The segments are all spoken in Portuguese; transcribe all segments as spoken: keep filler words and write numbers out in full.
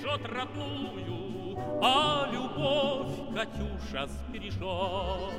бережет родную, а любовь Катюша сбережет.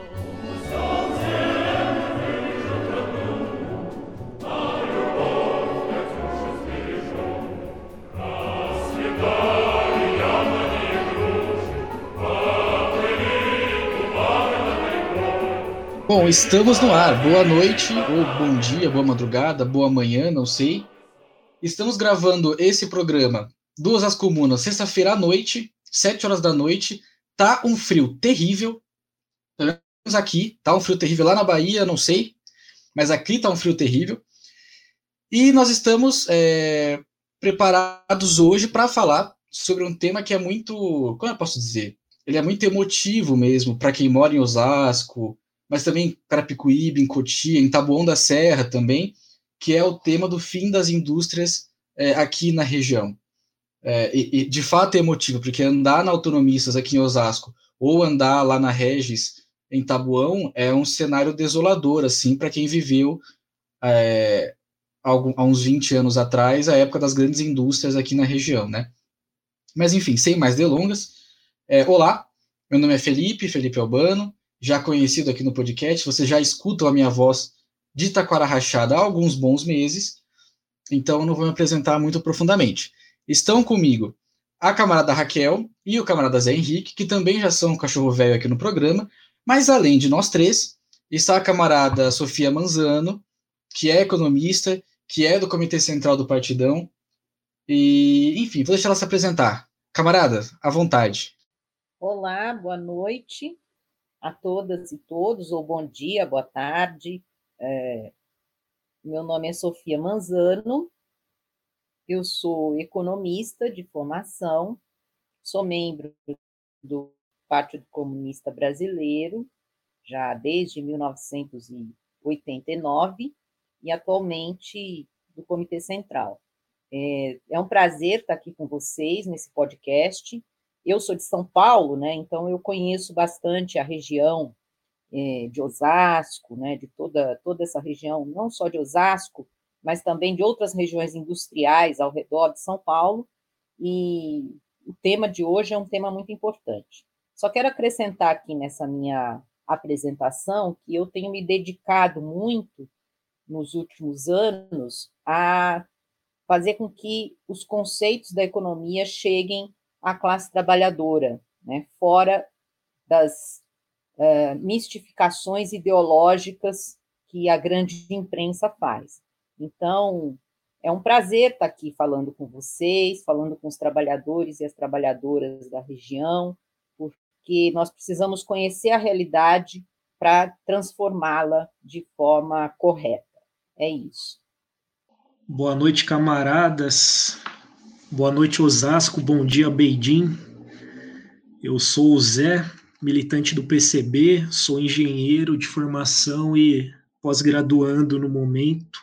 Bom, estamos no ar. Boa noite, ou bom dia, boa madrugada, boa manhã, não sei. Estamos gravando esse programa do Osasco Comunas, sexta-feira à noite, sete horas da noite. Tá um frio terrível. Pelo menos aqui, tá um frio terrível lá na Bahia, não sei. Mas aqui tá um frio terrível. E nós estamos é, preparados hoje para falar sobre um tema que é muito, como eu posso dizer? Ele é muito emotivo mesmo para quem mora em Osasco, mas também em Carapicuíba, em Cotia, em Taboão da Serra também, que é o tema do fim das indústrias é, aqui na região. É, e, e, de fato é emotivo, porque andar na Autonomistas aqui em Osasco, ou andar lá na Regis, em Taboão, é um cenário desolador, assim, para quem viveu é, há uns vinte anos atrás, a época das grandes indústrias aqui na região, né? Mas, enfim, sem mais delongas, é, olá, meu nome é Felipe, Felipe Albano, já conhecido aqui no podcast, vocês já escutam a minha voz de Taquara Rachada há alguns bons meses, então não vou me apresentar muito profundamente. Estão comigo a camarada Raquel e o camarada Zé Henrique, que também já são um cachorro velho aqui no programa, mas além de nós três, está a camarada Sofia Manzano, que é economista, que é do Comitê Central do Partidão, e, enfim, vou deixar ela se apresentar. Camarada, à vontade. Olá, boa noite a todas e todos, ou bom dia, boa tarde. É, meu nome é Sofia Manzano, eu sou economista de formação, sou membro do Partido Comunista Brasileiro, já desde mil novecentos e oitenta e nove, e atualmente do Comitê Central. É, é um prazer estar aqui com vocês nesse podcast. Eu sou de São Paulo, né, então eu conheço bastante a região é, de Osasco, né, de toda, toda essa região, não só de Osasco, mas também de outras regiões industriais ao redor de São Paulo, e o tema de hoje é um tema muito importante. Só quero acrescentar aqui nessa minha apresentação que eu tenho me dedicado muito nos últimos anos a fazer com que os conceitos da economia cheguem à classe trabalhadora, né, fora das uh, mistificações ideológicas que a grande imprensa faz. Então, é um prazer estar aqui falando com vocês, falando com os trabalhadores e as trabalhadoras da região, porque nós precisamos conhecer a realidade para transformá-la de forma correta. É isso. Boa noite, camaradas. Boa noite, Osasco. Bom dia, Beidim. Eu sou o Zé, militante do P C B, sou engenheiro de formação e pós-graduando no momento.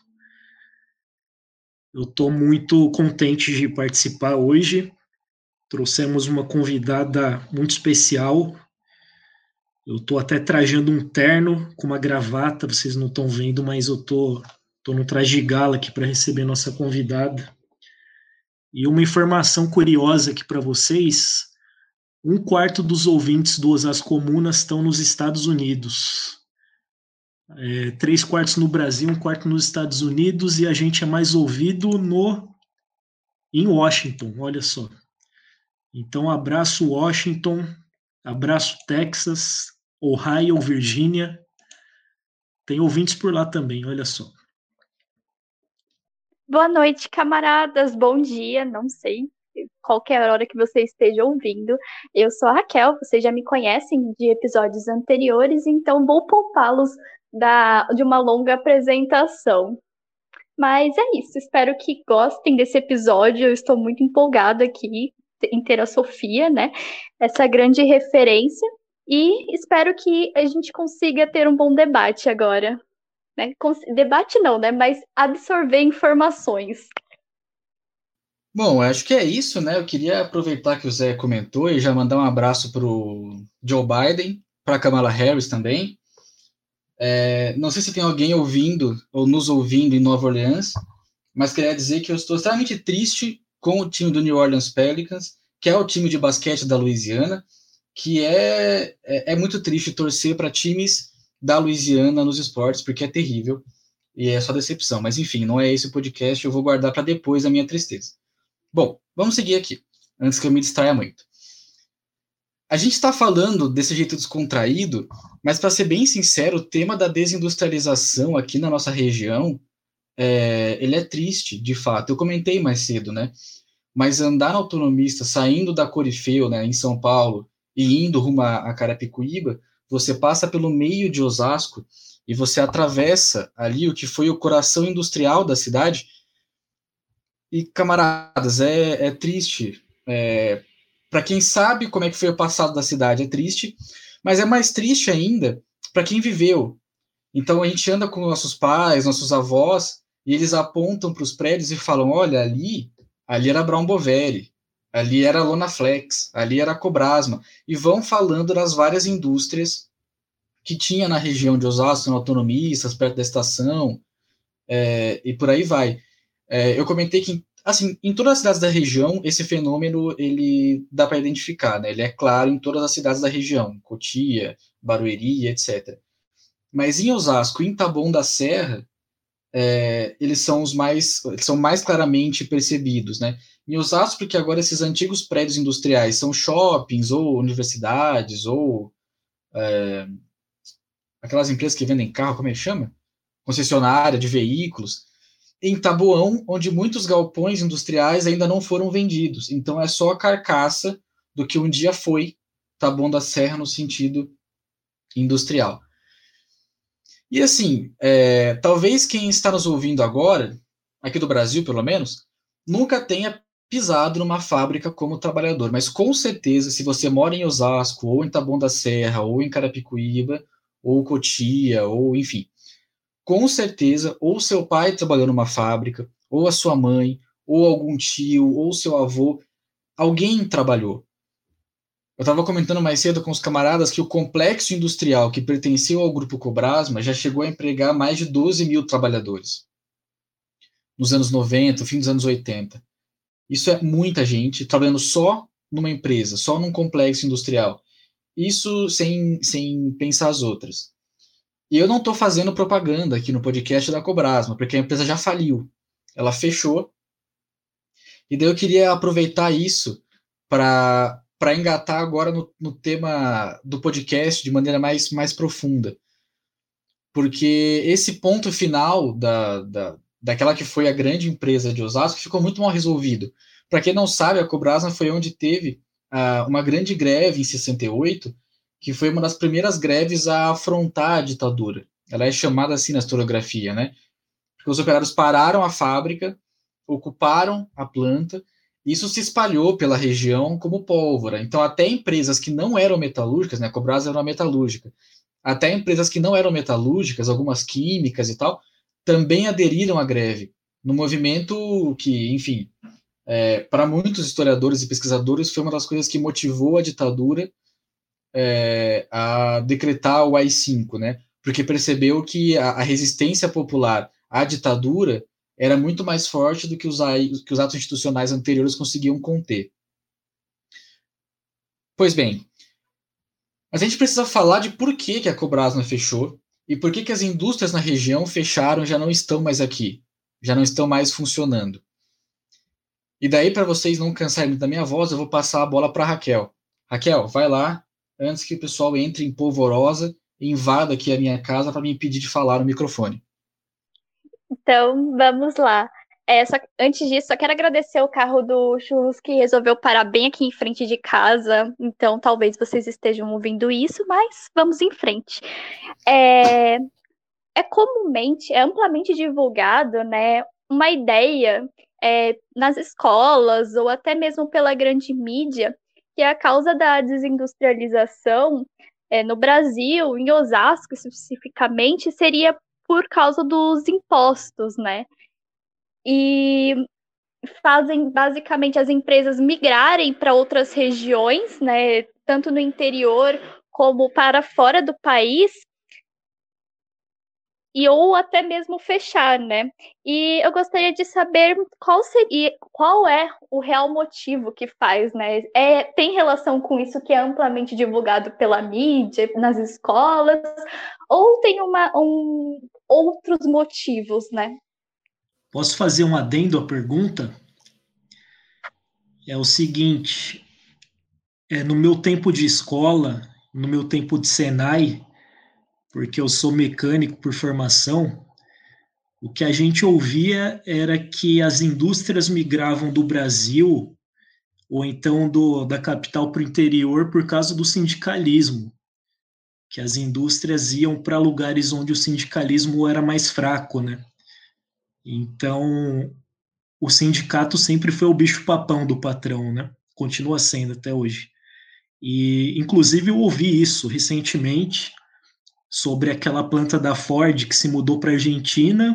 Eu estou muito contente de participar hoje. Trouxemos uma convidada muito especial. Eu estou até trajando um terno com uma gravata, vocês não estão vendo, mas eu estou tô no traje de gala aqui para receber nossa convidada. E uma informação curiosa aqui para vocês: um quarto dos ouvintes do Osasco Comunas estão nos Estados Unidos. É, três quartos no Brasil, um quarto nos Estados Unidos, e a gente é mais ouvido no em Washington, olha só. Então, abraço Washington, abraço Texas, Ohio, Virgínia. Tem ouvintes por lá também, olha só. Boa noite, camaradas, bom dia, não sei qualquer hora que você esteja ouvindo. Eu sou a Raquel, vocês já me conhecem de episódios anteriores, então vou poupá-los da, de uma longa apresentação. Mas é isso, espero que gostem desse episódio, eu estou muito empolgada aqui em ter a Sofia, né, essa grande referência, e espero que a gente consiga ter um bom debate agora. Né? Debate não, né? Mas absorver informações. Bom, acho que é isso, né? Eu queria aproveitar que o Zé comentou e já mandar um abraço para o Joe Biden, para a Kamala Harris também. É, não sei se tem alguém ouvindo ou nos ouvindo em Nova Orleans, mas queria dizer que eu estou extremamente triste com o time do New Orleans Pelicans, que é o time de basquete da Louisiana, que é, é, é muito triste torcer para times da Louisiana nos esportes, porque é terrível e é só decepção. Mas enfim, não é esse o podcast, eu vou guardar para depois a minha tristeza. Bom, vamos seguir aqui, antes que eu me distraia muito. A gente está falando desse jeito descontraído, mas para ser bem sincero, o tema da desindustrialização aqui na nossa região, é, ele é triste, de fato. Eu comentei mais cedo, né? Mas andar na Autonomista, saindo da Corifeu, né, em São Paulo, e indo rumo a Carapicuíba, você passa pelo meio de Osasco e você atravessa ali o que foi o coração industrial da cidade. E, camaradas, é, é triste. É, para quem sabe como é que foi o passado da cidade, é triste, mas é mais triste ainda para quem viveu. Então a gente anda com nossos pais, nossos avós, e eles apontam para os prédios e falam, olha, ali, ali era Brown Boveri, ali era Lonaflex, ali era Cobrasma, e vão falando das várias indústrias que tinha na região de Osasco, na Autonomistas, perto da estação, é, e por aí vai. É, eu comentei que, assim, em todas as cidades da região, esse fenômeno, ele dá para identificar, né? Ele é claro em todas as cidades da região, Cotia, Barueri, etcétera. Mas em Osasco, em Taboão da Serra, é, eles são os mais, eles são mais claramente percebidos, né? Em Osasco, porque agora esses antigos prédios industriais são shoppings, ou universidades, ou é, aquelas empresas que vendem carro, como é que chama? Concessionária de veículos. Em Taboão, onde muitos galpões industriais ainda não foram vendidos. Então é só a carcaça do que um dia foi Taboão da Serra no sentido industrial. E assim, é, talvez quem está nos ouvindo agora, aqui do Brasil pelo menos, nunca tenha pisado numa fábrica como trabalhador, mas com certeza, se você mora em Osasco, ou em Taboão da Serra, ou em Carapicuíba, ou Cotia, ou enfim, com certeza, ou seu pai trabalhou numa fábrica, ou a sua mãe, ou algum tio, ou seu avô, alguém trabalhou. Eu estava comentando mais cedo com os camaradas que o complexo industrial que pertenceu ao Grupo Cobrasma já chegou a empregar mais de doze mil trabalhadores nos anos noventa, fim dos anos oitenta. Isso é muita gente trabalhando só numa empresa, só num complexo industrial. Isso sem, sem pensar as outras. E eu não estou fazendo propaganda aqui no podcast da Cobrasma, porque a empresa já faliu. Ela fechou. E daí eu queria aproveitar isso para para engatar agora no, no tema do podcast de maneira mais, mais profunda. Porque esse ponto final da, da, daquela que foi a grande empresa de Osasco ficou muito mal resolvido. Para quem não sabe, a Cobrasma foi onde teve uh, uma grande greve em sessenta e oito, que foi uma das primeiras greves a afrontar a ditadura. Ela é chamada assim na historiografia, né? Porque os operários pararam a fábrica, ocuparam a planta, e isso se espalhou pela região como pólvora. Então, até empresas que não eram metalúrgicas, né? A Cobrasma era uma metalúrgica, até empresas que não eram metalúrgicas, algumas químicas e tal, também aderiram à greve, no movimento que, enfim, é, para muitos historiadores e pesquisadores, foi uma das coisas que motivou a ditadura É, a decretar o A I cinco, né? Porque percebeu que a, a resistência popular à ditadura era muito mais forte do que os, que os atos institucionais anteriores conseguiam conter. Pois bem, a gente precisa falar de por que, que a Cobrasma fechou e por que, que as indústrias na região fecharam e já não estão mais aqui, já não estão mais funcionando. E daí, para vocês não cansarem da minha voz, eu vou passar a bola para a Raquel. Raquel, vai lá, antes que o pessoal entre em polvorosa e invada aqui a minha casa para me impedir de falar no microfone. Então, vamos lá. É, só, antes disso, só quero agradecer o carro do Churros que resolveu parar bem aqui em frente de casa. Então, talvez vocês estejam ouvindo isso, mas vamos em frente. É, é comumente, é amplamente divulgado, né, uma ideia é, nas escolas ou até mesmo pela grande mídia, que a causa da desindustrialização é, no Brasil, em Osasco especificamente, seria por causa dos impostos, né? E fazem basicamente as empresas migrarem para outras regiões, né? Tanto no interior como para fora do país, e ou até mesmo fechar, né? E eu gostaria de saber qual seria, qual é o real motivo que faz, né? É, tem relação com isso que é amplamente divulgado pela mídia, nas escolas, ou tem uma, um, outros motivos, né? Posso fazer um adendo à pergunta? É o seguinte, é, no meu tempo de escola, no meu tempo de Senai, porque eu sou mecânico por formação, o que a gente ouvia era que as indústrias migravam do Brasil ou então do, da capital para o interior por causa do sindicalismo, que as indústrias iam para lugares onde o sindicalismo era mais fraco, né? Então, o sindicato sempre foi o bicho-papão do patrão, né? Continua sendo até hoje. E, inclusive, eu ouvi isso recentemente sobre aquela planta da Ford que se mudou para a Argentina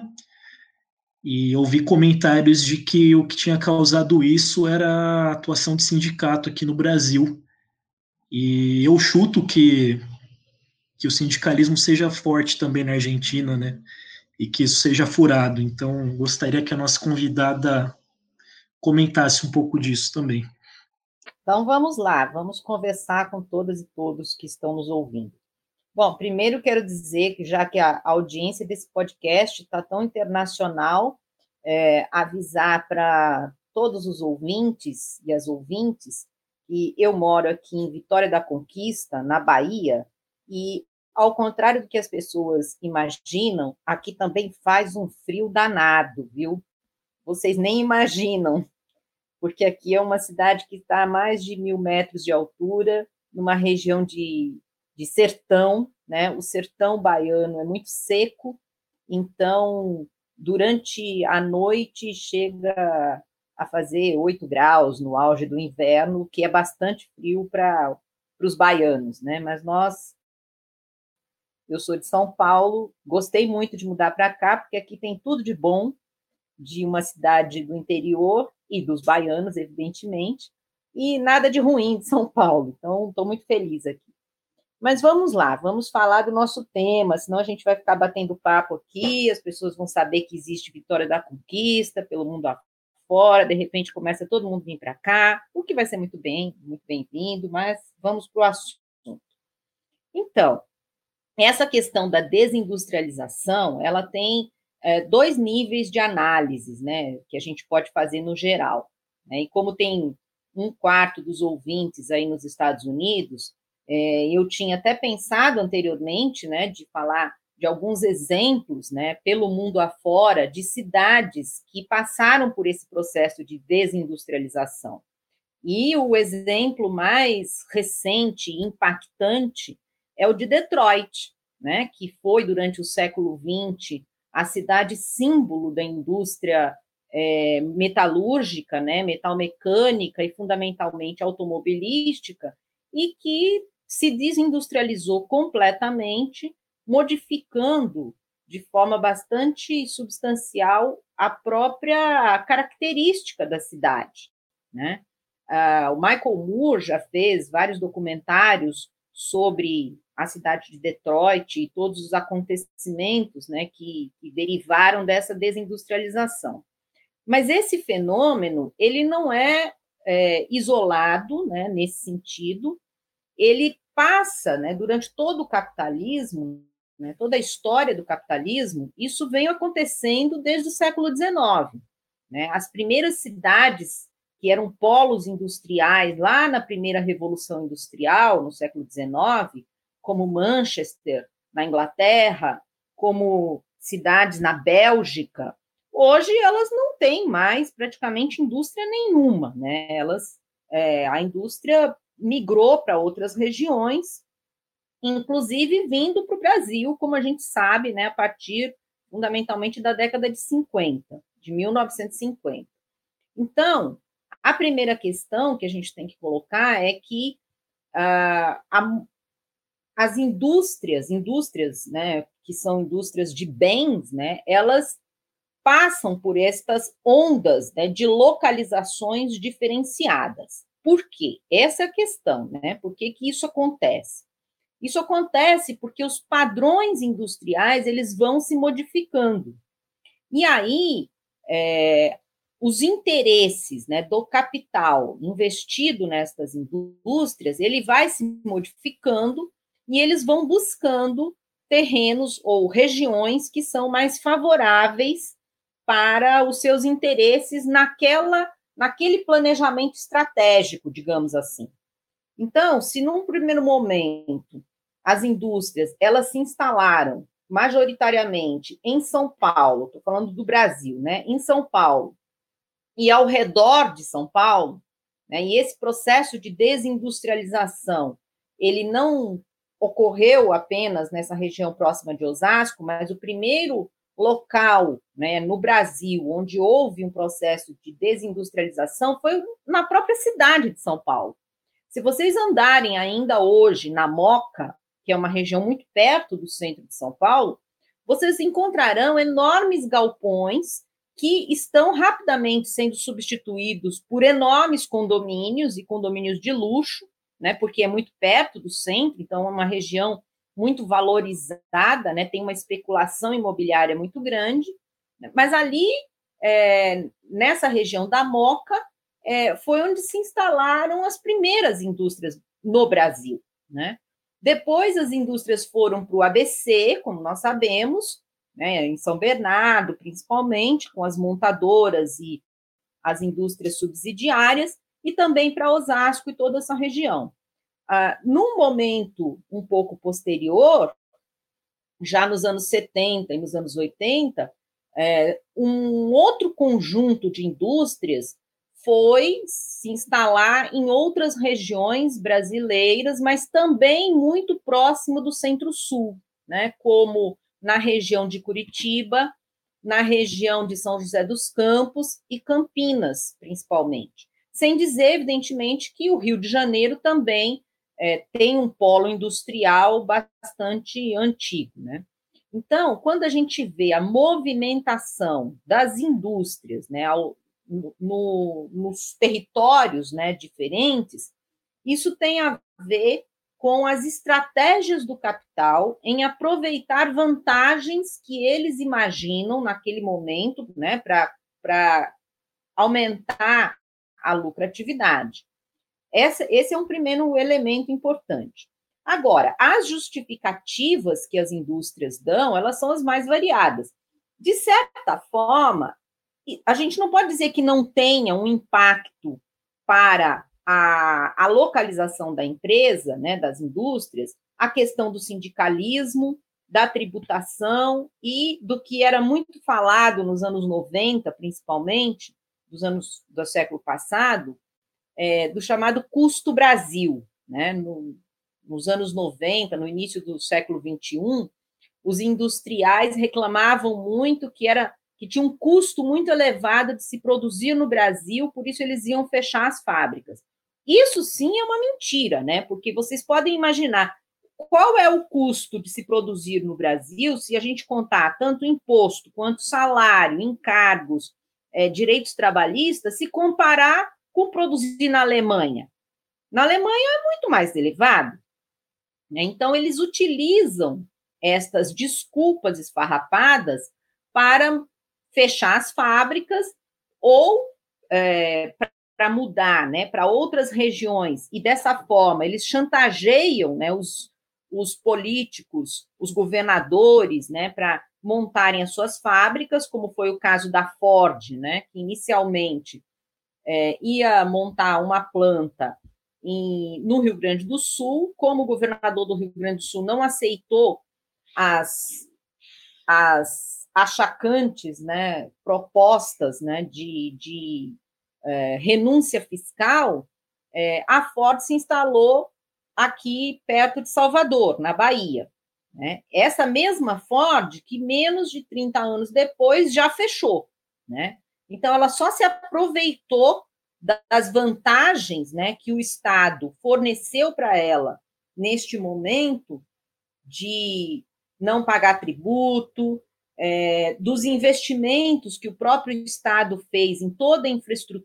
e ouvi comentários de que o que tinha causado isso era a atuação de sindicato aqui no Brasil. E eu chuto que, que o sindicalismo seja forte também na Argentina, né? E que isso seja furado. Então, gostaria que a nossa convidada comentasse um pouco disso também. Então, vamos lá, vamos conversar com todas e todos que estão nos ouvindo. Bom, primeiro quero dizer que, já que a audiência desse podcast está tão internacional, é, avisar para todos os ouvintes e as ouvintes que eu moro aqui em Vitória da Conquista, na Bahia, e, ao contrário do que as pessoas imaginam, aqui também faz um frio danado, viu? Vocês nem imaginam, porque aqui é uma cidade que está a mais de mil metros de altura, numa região de, de sertão, né? O sertão baiano é muito seco, então, durante a noite, chega a fazer oito graus no auge do inverno, o que é bastante frio para os baianos, né? Mas nós, eu sou de São Paulo, gostei muito de mudar para cá, porque aqui tem tudo de bom, de uma cidade do interior e dos baianos, evidentemente, e nada de ruim de São Paulo. Então, estou muito feliz aqui. Mas vamos lá, vamos falar do nosso tema, senão a gente vai ficar batendo papo aqui, as pessoas vão saber que existe Vitória da Conquista pelo mundo afora, de repente começa todo mundo vir para cá, o que vai ser muito bem, muito bem-vindo, mas vamos para o assunto. Então, essa questão da desindustrialização, ela tem é, dois níveis de análises, né, que a gente pode fazer no geral, né, e como tem um quarto dos ouvintes aí nos Estados Unidos, é, eu tinha até pensado anteriormente, né, de falar de alguns exemplos, né, pelo mundo afora, de cidades que passaram por esse processo de desindustrialização. E o exemplo mais recente e impactante é o de Detroit, né, que foi, durante o século vinte, a cidade símbolo da indústria é, metalúrgica, né, metalmecânica e, fundamentalmente, automobilística, e que se desindustrializou completamente, modificando de forma bastante substancial a própria característica da cidade, né? Uh, o Michael Moore já fez vários documentários sobre a cidade de Detroit e todos os acontecimentos, né, que, que derivaram dessa desindustrialização. Mas esse fenômeno, ele não é, é isolado, né, nesse sentido, ele passa, né, durante todo o capitalismo, né, toda a história do capitalismo, isso vem acontecendo desde o século dezenove. Né? As primeiras cidades que eram polos industriais lá na primeira Revolução Industrial, no século dezenove, como Manchester, na Inglaterra, como cidades na Bélgica, hoje elas não têm mais praticamente indústria nenhuma, né? Elas, é, a indústria migrou para outras regiões, inclusive vindo para o Brasil, como a gente sabe, né, a partir, fundamentalmente, da década de cinquenta, de mil novecentos e cinquenta. Então, a primeira questão que a gente tem que colocar é que ah, a, as indústrias, indústrias, né, que são indústrias de bens, né, elas passam por estas ondas, né, de localizações diferenciadas. Por quê? Essa é a questão, né? Por que que isso acontece? Isso acontece porque os padrões industriais eles vão se modificando. E aí, é, os interesses, né, do capital investido nestas indústrias, ele vai se modificando e eles vão buscando terrenos ou regiões que são mais favoráveis para os seus interesses naquela, naquele planejamento estratégico, digamos assim. Então, se num primeiro momento as indústrias elas se instalaram majoritariamente em São Paulo, estou falando do Brasil, né? Em São Paulo e ao redor de São Paulo, né? E esse processo de desindustrialização ele não ocorreu apenas nessa região próxima de Osasco, mas o primeiro local, né, no Brasil onde houve um processo de desindustrialização foi na própria cidade de São Paulo. Se vocês andarem ainda hoje na Moca, que é uma região muito perto do centro de São Paulo, vocês encontrarão enormes galpões que estão rapidamente sendo substituídos por enormes condomínios e condomínios de luxo, né, porque é muito perto do centro, então é uma região muito valorizada, né, tem uma especulação imobiliária muito grande, mas ali, é, nessa região da Moca, é, foi onde se instalaram as primeiras indústrias no Brasil, né? Depois as indústrias foram para o A B C, como nós sabemos, né, em São Bernardo, principalmente, com as montadoras e as indústrias subsidiárias, e também para Osasco e toda essa região. Ah, num momento um pouco posterior, já nos anos setenta e nos anos oitenta, é, um outro conjunto de indústrias foi se instalar em outras regiões brasileiras, mas também muito próximo do Centro-Sul, né, como na região de Curitiba, na região de São José dos Campos e Campinas, principalmente. Sem dizer, evidentemente, que o Rio de Janeiro também é, tem um polo industrial bastante antigo, né? Então, quando a gente vê a movimentação das indústrias, né, ao, no, nos territórios, né, diferentes, isso tem a ver com as estratégias do capital em aproveitar vantagens que eles imaginam naquele momento, né, para aumentar a lucratividade. Essa, esse é um primeiro elemento importante. Agora, as justificativas que as indústrias dão, elas são as mais variadas. De certa forma, a gente não pode dizer que não tenha um impacto para a, a localização da empresa, né, das indústrias, a questão do sindicalismo, da tributação e do que era muito falado nos anos noventa, principalmente, dos anos do século passado, é, do chamado custo Brasil, né? No, nos anos noventa, no início do século vinte e um, os industriais reclamavam muito que era que tinha um custo muito elevado de se produzir no Brasil, por isso eles iam fechar as fábricas. Isso sim é uma mentira, né? Porque vocês podem imaginar qual é o custo de se produzir no Brasil se a gente contar tanto imposto quanto salário, encargos, é, direitos trabalhistas, se comparar com produzir na Alemanha. Na Alemanha é muito mais elevado, né? Então, eles utilizam estas desculpas esfarrapadas para fechar as fábricas ou é, para mudar, né, para outras regiões. E, dessa forma, eles chantageiam, né, os, os políticos, os governadores, né, para montarem as suas fábricas, como foi o caso da Ford, né, que inicialmente é, ia montar uma planta em, no Rio Grande do Sul. Como o governador do Rio Grande do Sul não aceitou as, as achacantes, né, propostas, né, de, de é, renúncia fiscal, é, a Ford se instalou aqui perto de Salvador, na Bahia, né? Essa mesma Ford que menos de trinta anos depois já fechou, né? Então, ela só se aproveitou das vantagens, né, que o Estado forneceu para ela neste momento de não pagar tributo, é, dos investimentos que o próprio Estado fez em toda a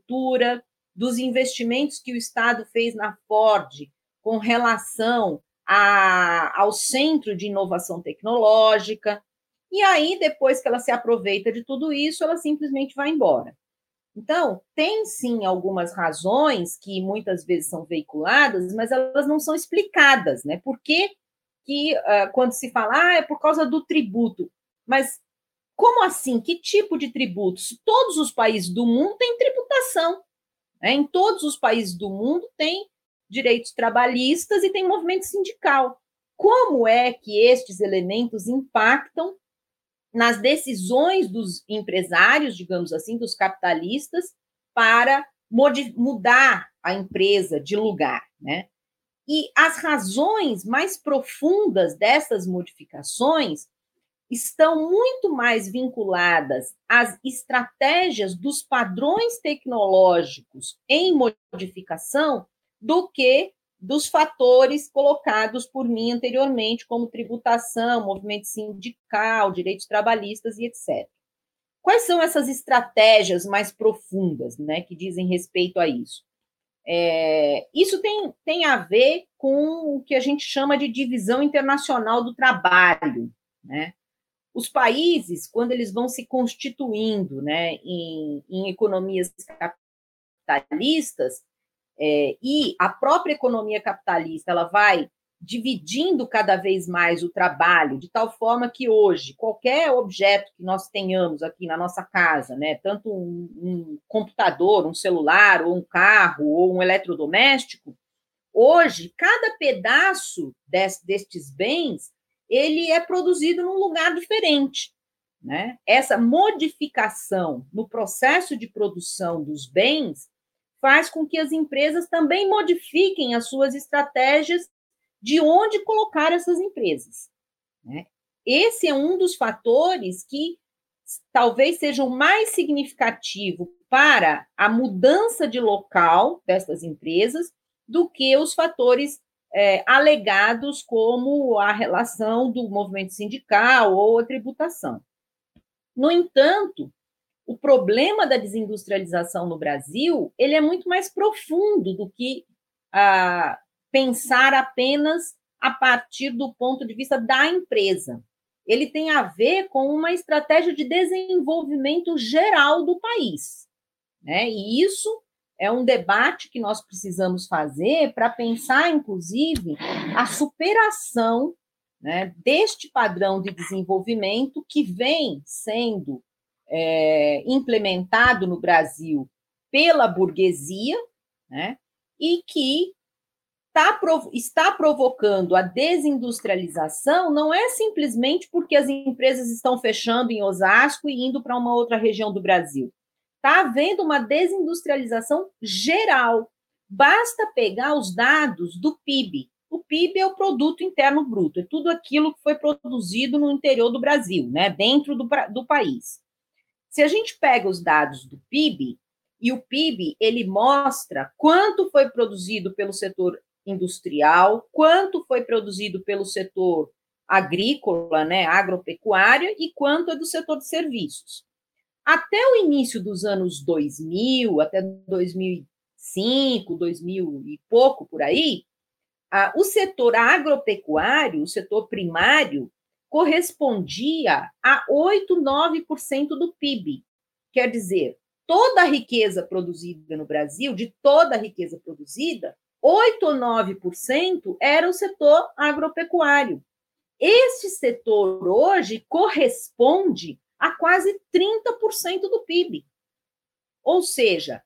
infraestrutura, dos investimentos que o Estado fez na Ford com relação a, ao Centro de Inovação Tecnológica, e aí, depois que ela se aproveita de tudo isso, ela simplesmente vai embora. Então, tem sim algumas razões que muitas vezes são veiculadas, mas elas não são explicadas, né? Por que, que uh, quando se fala, ah, é por causa do tributo, mas como assim? Que tipo de tributos? Todos os países do mundo têm tributação, né? Em todos os países do mundo tem direitos trabalhistas e tem movimento sindical. Como é que estes elementos impactam nas decisões dos empresários, digamos assim, dos capitalistas, para mudar a empresa de lugar, né? E as razões mais profundas dessas modificações estão muito mais vinculadas às estratégias dos padrões tecnológicos em modificação do que dos fatores colocados por mim anteriormente, como tributação, movimento sindical, direitos trabalhistas e etcétera. Quais são essas estratégias mais profundas, né, que dizem respeito a isso? É, isso tem, tem a ver com o que a gente chama de divisão internacional do trabalho, né? Os países, quando eles vão se constituindo, né, em, em economias capitalistas, É, e a própria economia capitalista ela vai dividindo cada vez mais o trabalho, de tal forma que hoje, qualquer objeto que nós tenhamos aqui na nossa casa, né, tanto um, um computador, um celular, ou um carro, ou um eletrodoméstico, hoje, cada pedaço des, destes bens, ele é produzido num lugar diferente, né? Essa modificação no processo de produção dos bens faz com que as empresas também modifiquem as suas estratégias de onde colocar essas empresas, né? Esse é um dos fatores que talvez seja o mais significativo para a mudança de local dessas empresas do que os fatores é, alegados como a relação do movimento sindical ou a tributação. No entanto, o problema da desindustrialização no Brasil, ele é muito mais profundo do que ah, pensar apenas a partir do ponto de vista da empresa. Ele tem a ver com uma estratégia de desenvolvimento geral do país, né? E isso é um debate que nós precisamos fazer para pensar, inclusive, a superação, né, deste padrão de desenvolvimento que vem sendo É, implementado no Brasil pela burguesia, né, e que tá, está provocando a desindustrialização não é simplesmente porque as empresas estão fechando em Osasco e indo para uma outra região do Brasil. Está havendo uma desindustrialização geral. Basta pegar os dados do P I B. O P I B é o Produto Interno Bruto, é tudo aquilo que foi produzido no interior do Brasil, né, dentro do, do país. Se a gente pega os dados do P I B, e o P I B ele mostra quanto foi produzido pelo setor industrial, quanto foi produzido pelo setor agrícola, né, agropecuária, e quanto é do setor de serviços. Até o início dos anos dois mil, até dois mil e cinco, dois mil e pouco por aí, a, o setor agropecuário, o setor primário, correspondia a oito, nove por cento do P I B. Quer dizer, toda a riqueza produzida no Brasil, de toda a riqueza produzida, oito ou nove por cento era o setor agropecuário. Este setor hoje corresponde a quase trinta por cento do P I B. Ou seja,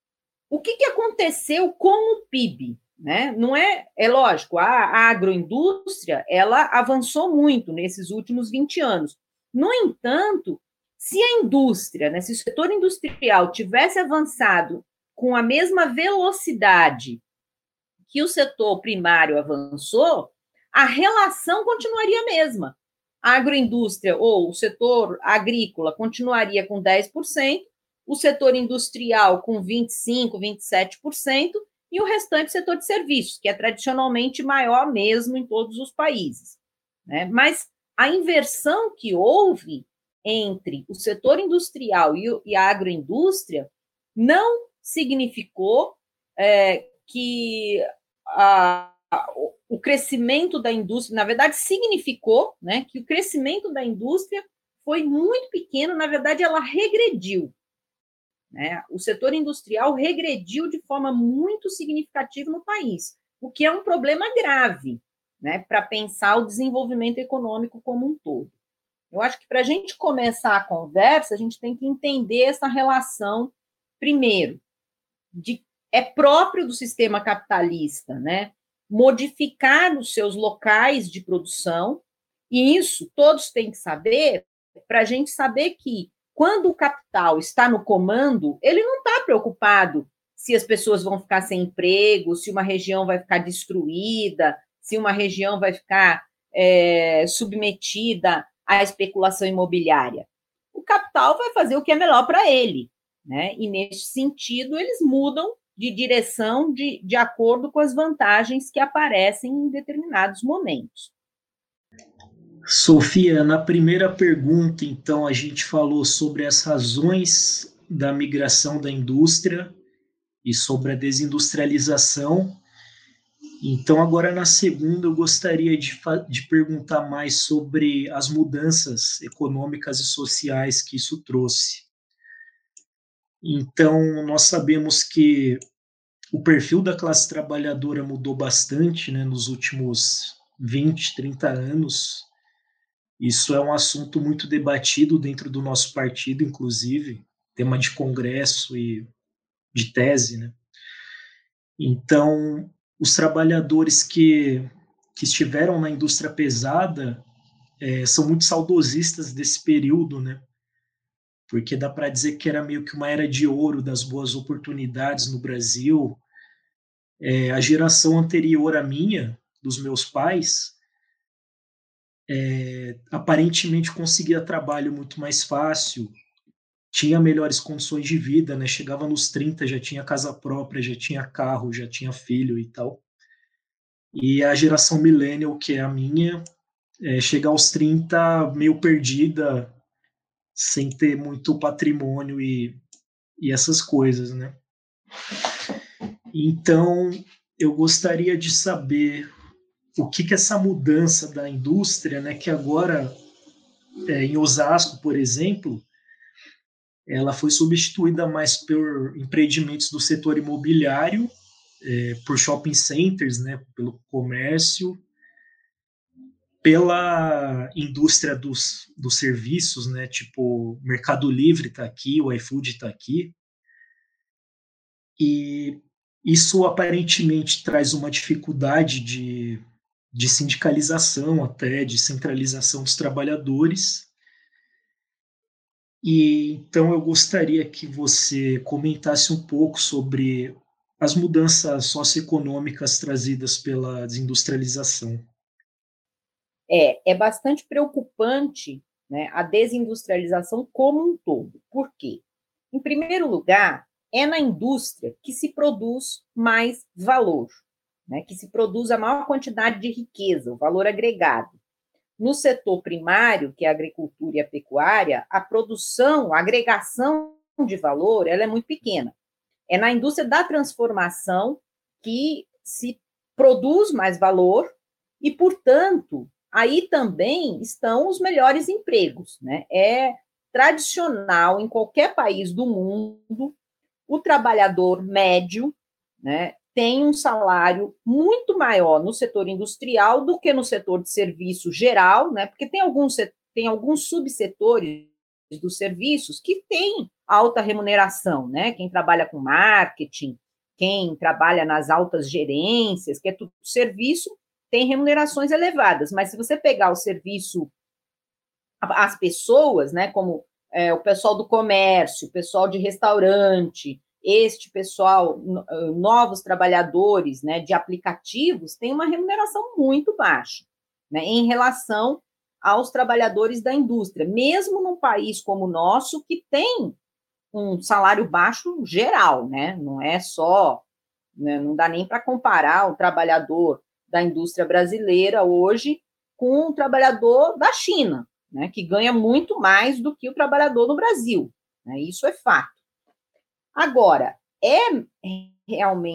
o que, que aconteceu com o P I B? Né? Não é, é lógico, a, a agroindústria ela avançou muito nesses últimos vinte anos. No entanto, se a indústria, né, se o setor industrial tivesse avançado com a mesma velocidade que o setor primário avançou, a relação continuaria a mesma. A agroindústria ou o setor agrícola continuaria com dez por cento, o setor industrial com vinte e cinco por cento, vinte e sete por cento, e o restante setor de serviços, que é tradicionalmente maior mesmo em todos os países, né? Mas a inversão que houve entre o setor industrial e a agroindústria não significou é, que a, o crescimento da indústria, na verdade, significou, né, que o crescimento da indústria foi muito pequeno, na verdade, ela regrediu. Né? O setor industrial regrediu de forma muito significativa no país, o que é um problema grave, né, para pensar o desenvolvimento econômico como um todo. Eu acho que para a gente começar a conversa, a gente tem que entender essa relação, primeiro, de, é próprio do sistema capitalista, né, modificar os seus locais de produção, e isso todos têm que saber, para a gente saber que, quando o capital está no comando, ele não está preocupado se as pessoas vão ficar sem emprego, se uma região vai ficar destruída, se uma região vai ficar é, submetida à especulação imobiliária. O capital vai fazer o que é melhor para ele, né? E, nesse sentido, eles mudam de direção de, de acordo com as vantagens que aparecem em determinados momentos. Sofia, na primeira pergunta, então, a gente falou sobre as razões da migração da indústria e sobre a desindustrialização. Então, agora na segunda, eu gostaria de, de perguntar mais sobre as mudanças econômicas e sociais que isso trouxe. Então, nós sabemos que o perfil da classe trabalhadora mudou bastante, né, nos últimos vinte, trinta anos. Isso é um assunto muito debatido dentro do nosso partido, inclusive, tema de congresso e de tese, né? Então, os trabalhadores que, que estiveram na indústria pesada é, são muito saudosistas desse período, né? Porque dá para dizer que era meio que uma era de ouro das boas oportunidades no Brasil. É, a geração anterior à minha, dos meus pais, É, aparentemente conseguia trabalho muito mais fácil, tinha melhores condições de vida, né? Chegava nos trinta, já tinha casa própria, já tinha carro, já tinha filho e tal. E a geração millennial, que é a minha, é, chega aos trinta meio perdida, sem ter muito patrimônio e, e essas coisas, né? Então, eu gostaria de saber o que que essa mudança da indústria, né, que agora é, em Osasco, por exemplo, ela foi substituída mais por empreendimentos do setor imobiliário, é, por shopping centers, né, pelo comércio, pela indústria dos, dos serviços, né, tipo Mercado Livre está aqui, o iFood está aqui, e isso aparentemente traz uma dificuldade de, de sindicalização até, de centralização dos trabalhadores. E então eu gostaria que você comentasse um pouco sobre as mudanças socioeconômicas trazidas pela desindustrialização. É, é bastante preocupante, né, a desindustrialização como um todo. Por quê? Em primeiro lugar, é na indústria que se produz mais valor, né, que se produz a maior quantidade de riqueza, o valor agregado. No setor primário, que é a agricultura e a pecuária, a produção, a agregação de valor, ela é muito pequena. É na indústria da transformação que se produz mais valor e, portanto, aí também estão os melhores empregos, né? É tradicional em qualquer país do mundo o trabalhador médio, né, tem um salário muito maior no setor industrial do que no setor de serviço geral, né? Porque tem alguns, tem alguns subsetores dos serviços que têm alta remuneração, né? Quem trabalha com marketing, quem trabalha nas altas gerências, que é tudo serviço, tem remunerações elevadas. Mas se você pegar o serviço, as pessoas, né? Como é, o pessoal do comércio, o pessoal de restaurante, este pessoal, novos trabalhadores, né, de aplicativos, tem uma remuneração muito baixa, né, em relação aos trabalhadores da indústria, mesmo num país como o nosso, que tem um salário baixo geral, né, não é só, né, não dá nem para comparar o trabalhador da indústria brasileira hoje com o trabalhador da China, né, que ganha muito mais do que o trabalhador no Brasil, né, isso é fato. Agora, é realmente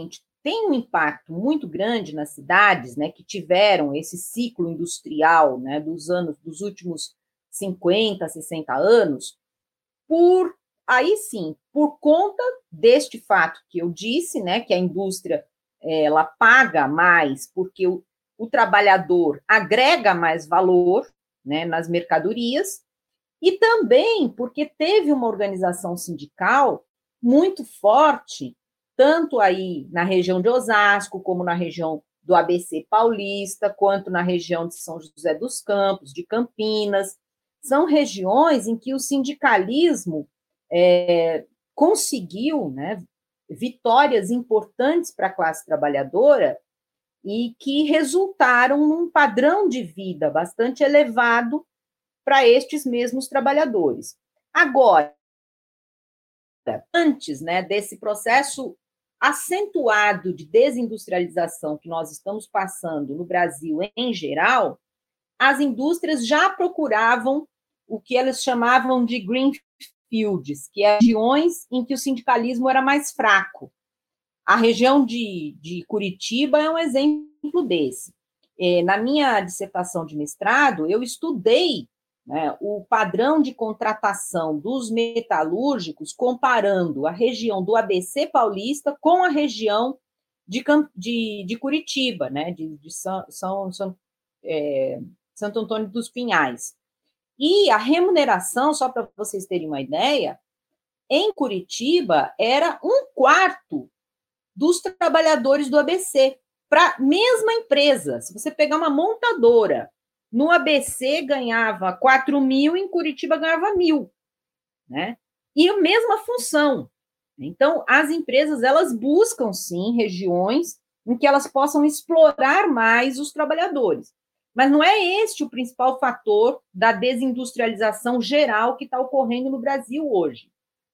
tem um impacto muito grande nas cidades, né, que tiveram esse ciclo industrial, né, dos anos, dos últimos cinquenta, sessenta anos, por, aí sim, por conta deste fato que eu disse, né, que a indústria, ela paga mais porque o, o trabalhador agrega mais valor, né, nas mercadorias, e também porque teve uma organização sindical muito forte, tanto aí na região de Osasco, como na região do A B C Paulista, quanto na região de São José dos Campos, de Campinas. São regiões em que o sindicalismo é, conseguiu, né, vitórias importantes para a classe trabalhadora e que resultaram num padrão de vida bastante elevado para estes mesmos trabalhadores. Agora, antes, né, desse processo acentuado de desindustrialização que nós estamos passando no Brasil em geral, as indústrias já procuravam o que elas chamavam de greenfields, que é regiões em que o sindicalismo era mais fraco. A região de, de Curitiba é um exemplo desse. É, na minha dissertação de mestrado, eu estudei, né, o padrão de contratação dos metalúrgicos comparando a região do A B C Paulista com a região de, de, de Curitiba, né, de, de São, São, São, é, Santo Antônio dos Pinhais. E a remuneração, só para vocês terem uma ideia, em Curitiba era um quarto dos trabalhadores do A B C, para a mesma empresa. Se você pegar uma montadora, no A B C ganhava quatro mil, em Curitiba ganhava mil, né? E a mesma função. Então, as empresas, elas buscam, sim, regiões em que elas possam explorar mais os trabalhadores. Mas não é este o principal fator da desindustrialização geral que está ocorrendo no Brasil hoje.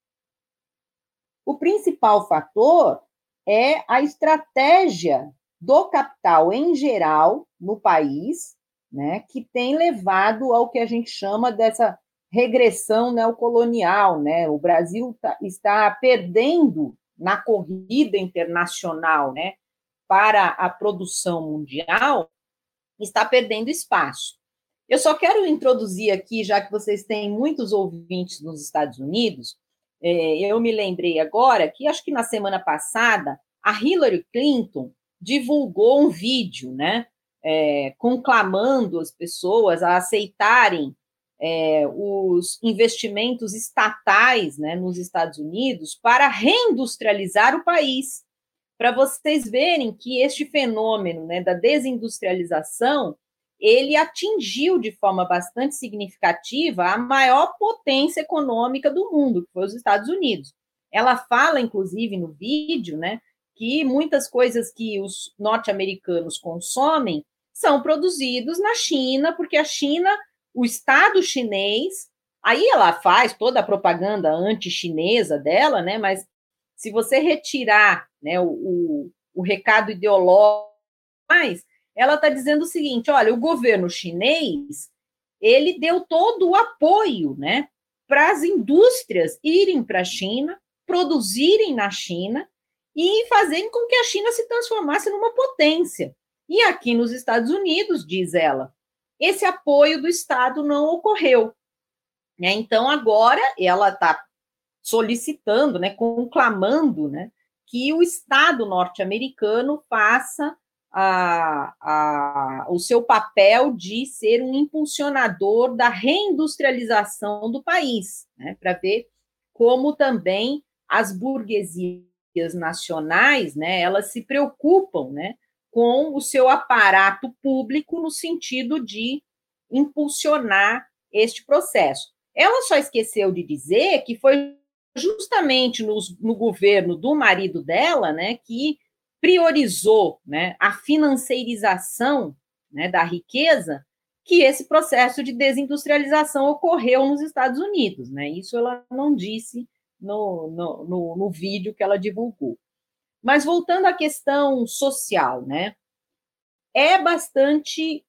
O principal fator é a estratégia do capital em geral no país, né, que tem levado ao que a gente chama dessa regressão neocolonial, né? O Brasil tá, está perdendo na corrida internacional, né, para a produção mundial, está perdendo espaço. Eu só quero introduzir aqui, já que vocês têm muitos ouvintes nos Estados Unidos, é, eu me lembrei agora que, acho que na semana passada, a Hillary Clinton divulgou um vídeo, né, é, conclamando as pessoas a aceitarem é, os investimentos estatais, né, nos Estados Unidos para reindustrializar o país, para vocês verem que este fenômeno, né, da desindustrialização, ele atingiu de forma bastante significativa a maior potência econômica do mundo, que foi os Estados Unidos. Ela fala, inclusive, no vídeo, né, que muitas coisas que os norte-americanos consomem são produzidos na China, porque a China, o Estado chinês, aí ela faz toda a propaganda anti-chinesa dela, né, mas se você retirar, né, o, o, o recado ideológico, mas ela está dizendo o seguinte, olha, o governo chinês, ele deu todo o apoio, né, para as indústrias irem para a China, produzirem na China e fazerem com que a China se transformasse numa potência. E aqui nos Estados Unidos, diz ela, esse apoio do Estado não ocorreu. Né? Então, agora, ela está solicitando, né, conclamando, né, que o Estado norte-americano faça a, a, o seu papel de ser um impulsionador da reindustrialização do país, né, para ver como também as burguesias nacionais, né, elas se preocupam, né, com o seu aparato público no sentido de impulsionar este processo. Ela só esqueceu de dizer que foi justamente no, no governo do marido dela, né, que priorizou, né, a financeirização, né, da riqueza, que esse processo de desindustrialização ocorreu nos Estados Unidos. Né? Isso ela não disse no, no, no, no vídeo que ela divulgou. Mas voltando à questão social, né, é bastante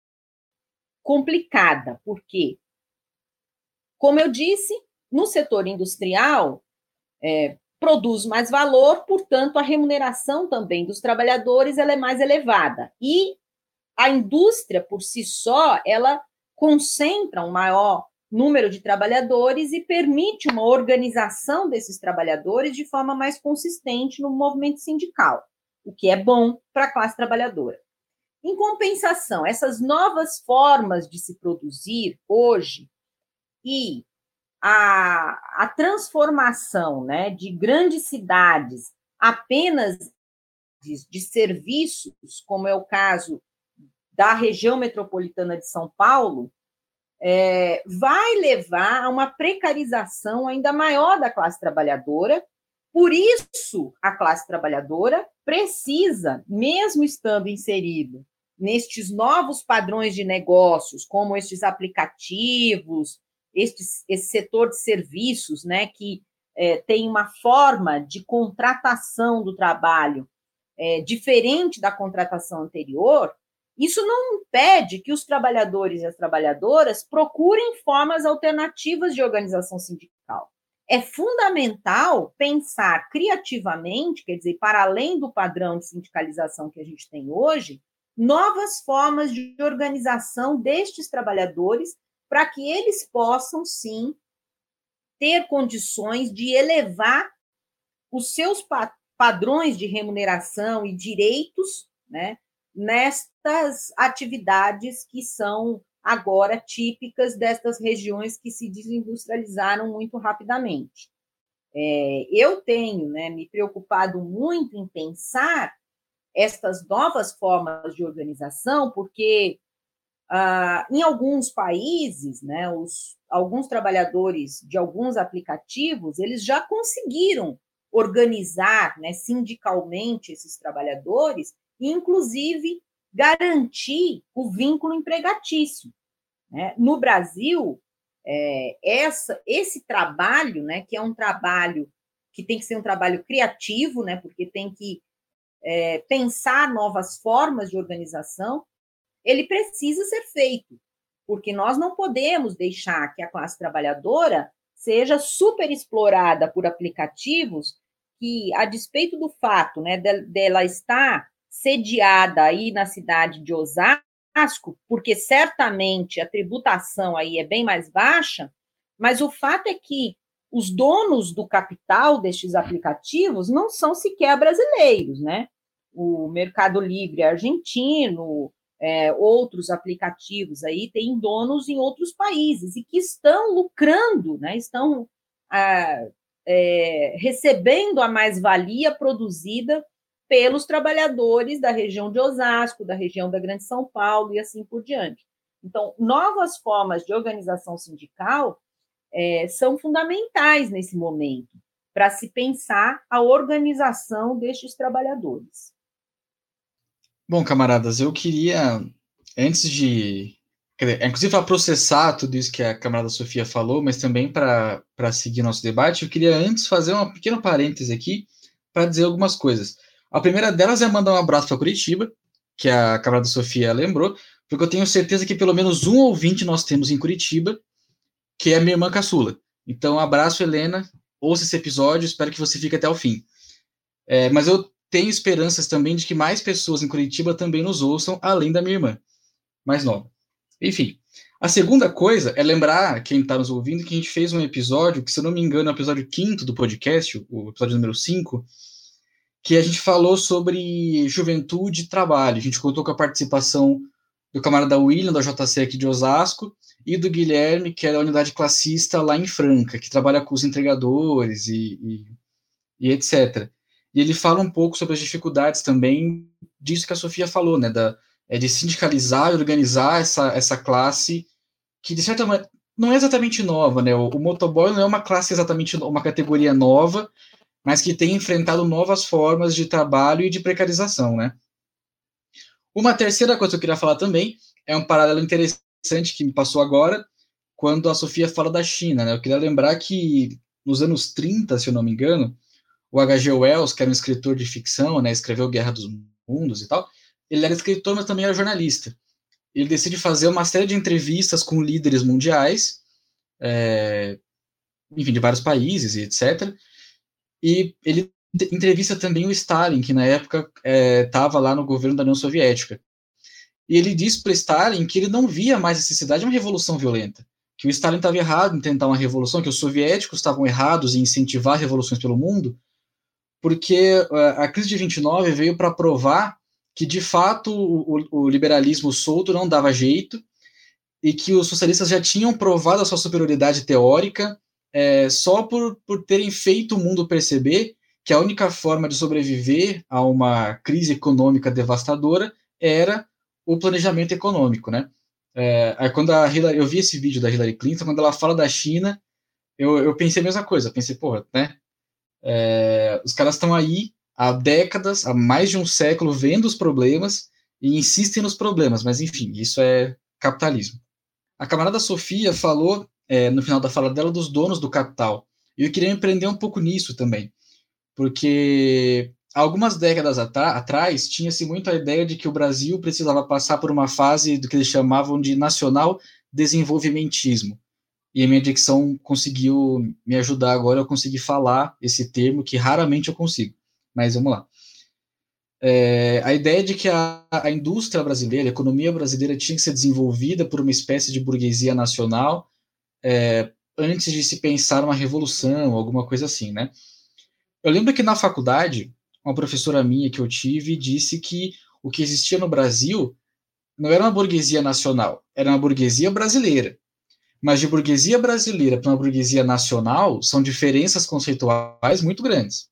complicada, porque, como eu disse, no setor industrial, é, produz mais valor, portanto, a remuneração também dos trabalhadores ela é mais elevada. E a indústria, por si só, ela concentra um maior número de trabalhadores e permite uma organização desses trabalhadores de forma mais consistente no movimento sindical, o que é bom para a classe trabalhadora. Em compensação, essas novas formas de se produzir hoje e a, a transformação, né, de grandes cidades apenas de, de serviços, como é o caso da região metropolitana de São Paulo, é, vai levar a uma precarização ainda maior da classe trabalhadora. Por isso, a classe trabalhadora precisa, mesmo estando inserido nestes novos padrões de negócios, como estes aplicativos, este, esse setor de serviços, né, que é, tem uma forma de contratação do trabalho é, diferente da contratação anterior, isso não impede que os trabalhadores e as trabalhadoras procurem formas alternativas de organização sindical. É fundamental pensar criativamente, quer dizer, para além do padrão de sindicalização que a gente tem hoje, novas formas de organização destes trabalhadores para que eles possam, sim, ter condições de elevar os seus pa- padrões de remuneração e direitos, né, nestas atividades que são agora típicas destas regiões que se desindustrializaram muito rapidamente. É, eu tenho, né, me preocupado muito em pensar estas novas formas de organização, porque ah, em alguns países, né, os, alguns trabalhadores de alguns aplicativos, eles já conseguiram organizar, né, sindicalmente esses trabalhadores e, inclusive, garantir o vínculo empregatício. Né? No Brasil, é, essa, esse trabalho, né, que é um trabalho que tem que ser um trabalho criativo, né, porque tem que é, pensar novas formas de organização, ele precisa ser feito, porque nós não podemos deixar que a classe trabalhadora seja superexplorada por aplicativos que, a despeito do fato, né, dela estar sediada aí na cidade de Osasco, porque certamente a tributação aí é bem mais baixa, mas o fato é que os donos do capital destes aplicativos não são sequer brasileiros, né? O Mercado Livre argentino, é, outros aplicativos aí têm donos em outros países e que estão lucrando, né? Estão ah, é, recebendo a mais-valia produzida pelos trabalhadores da região de Osasco, da região da Grande São Paulo e assim por diante. Então, novas formas de organização sindical é, são fundamentais nesse momento para se pensar a organização destes trabalhadores. Bom, camaradas, eu queria, antes de, inclusive para processar tudo isso que a camarada Sofia falou, mas também para seguir nosso debate, eu queria antes fazer uma pequena parêntese aqui para dizer algumas coisas. A primeira delas é mandar um abraço para Curitiba, que a camarada Sofia lembrou, porque eu tenho certeza que pelo menos um ouvinte nós temos em Curitiba, que é a minha irmã caçula. Então, um abraço, Helena, ouça esse episódio, espero que você fique até o fim. É, mas eu tenho esperanças também de que mais pessoas em Curitiba também nos ouçam, além da minha irmã, mais nova. Enfim, a segunda coisa é lembrar quem está nos ouvindo que a gente fez um episódio, que se eu não me engano é o episódio quinto do podcast, o episódio número cinco, que a gente falou sobre juventude e trabalho. A gente contou com a participação do camarada William, da J C aqui de Osasco, e do Guilherme, que é da unidade classista lá em Franca, que trabalha com os entregadores e, e, e etcétera. E ele fala um pouco sobre as dificuldades também disso que a Sofia falou, né, da, é de sindicalizar e organizar essa, essa classe que, de certa maneira, não é exatamente nova, né, o, o motoboy não é uma classe exatamente, uma categoria nova, mas que tem enfrentado novas formas de trabalho e de precarização, né. Uma terceira coisa que eu queria falar também é um paralelo interessante que me passou agora, quando a Sofia fala da China, né, eu queria lembrar que nos anos trinta, se eu não me engano, o H G Wells, que era um escritor de ficção, né, escreveu Guerra dos Mundos e tal, ele era escritor, mas também era jornalista. Ele decide fazer uma série de entrevistas com líderes mundiais, é, enfim, de vários países e etcétera. e ele entrevista também o Stalin, que na época estava é, lá no governo da União Soviética. E ele diz para Stalin que ele não via mais necessidade de uma revolução violenta, que o Stalin estava errado em tentar uma revolução, que os soviéticos estavam errados em incentivar revoluções pelo mundo, porque a crise de vinte e nove veio para provar que, de fato, o, o liberalismo solto não dava jeito e que os socialistas já tinham provado a sua superioridade teórica é, só por, por terem feito o mundo perceber que a única forma de sobreviver a uma crise econômica devastadora era o planejamento econômico, né? É, quando a Hillary, eu vi esse vídeo da Hillary Clinton, quando ela fala da China, eu, eu pensei a mesma coisa, pensei, porra, né? É, os caras estão aí há décadas, há mais de um século, vendo os problemas e insistem nos problemas, mas enfim, isso é capitalismo. A camarada Sofia falou, é, no final da fala dela, dos donos do capital, e eu queria empreender um pouco nisso também, porque algumas décadas atrás tinha-se muito a ideia de que o Brasil precisava passar por uma fase do que eles chamavam de nacional desenvolvimentismo. E a minha dicção conseguiu me ajudar agora, eu consegui falar esse termo que raramente eu consigo. Mas vamos lá. É, a ideia de que a, a indústria brasileira, a economia brasileira tinha que ser desenvolvida por uma espécie de burguesia nacional é, antes de se pensar uma revolução, alguma coisa assim, né? Eu lembro que na faculdade, uma professora minha que eu tive disse que o que existia no Brasil não era uma burguesia nacional, era uma burguesia brasileira. Mas de burguesia brasileira para uma burguesia nacional são diferenças conceituais muito grandes.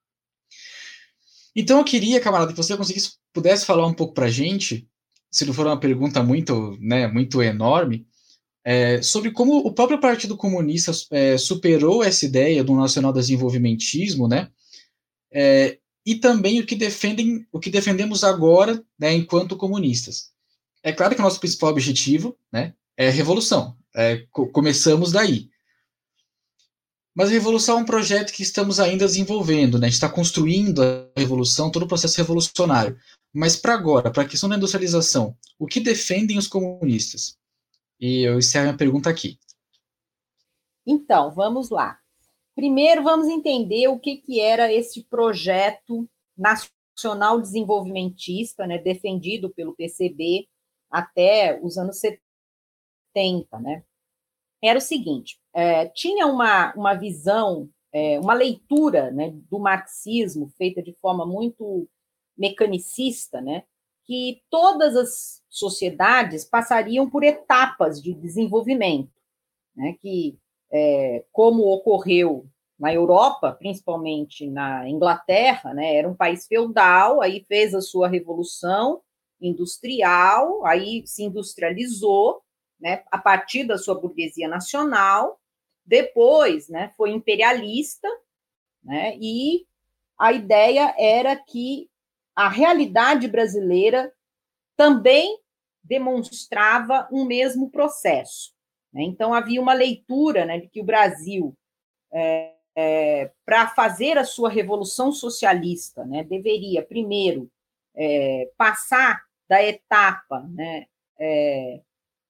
Então eu queria, camarada, que você conseguisse, pudesse falar um pouco para a gente, se não for uma pergunta muito, né, muito enorme, é, sobre como o próprio Partido Comunista é, superou essa ideia do nacional desenvolvimentismo, né, é, e também o que, defendem, o que defendemos agora, né, enquanto comunistas. É claro que o nosso principal objetivo, né, é a revolução. É, co começamos daí. Mas a revolução é um projeto que estamos ainda desenvolvendo, né? A gente está construindo a revolução, todo o processo revolucionário. Mas para agora, para a questão da industrialização, o que defendem os comunistas? E eu encerro a minha pergunta aqui. Então, vamos lá. Primeiro, vamos entender o que, que era esse projeto nacional desenvolvimentista, né, defendido pelo P C B até os anos setenta, né? Era o seguinte, é, tinha uma, uma visão, é, uma leitura, né, do marxismo feita de forma muito mecanicista, né, que todas as sociedades passariam por etapas de desenvolvimento, né, que, é, como ocorreu na Europa, principalmente na Inglaterra, né, era um país feudal, aí fez a sua revolução industrial, aí se industrializou, né, a partir da sua burguesia nacional, depois, né, foi imperialista, né, e a ideia era que a realidade brasileira também demonstrava um mesmo processo, né? Então, havia uma leitura, né, de que o Brasil, é, é, para fazer a sua revolução socialista, né, deveria, primeiro, é, passar da etapa, né, é,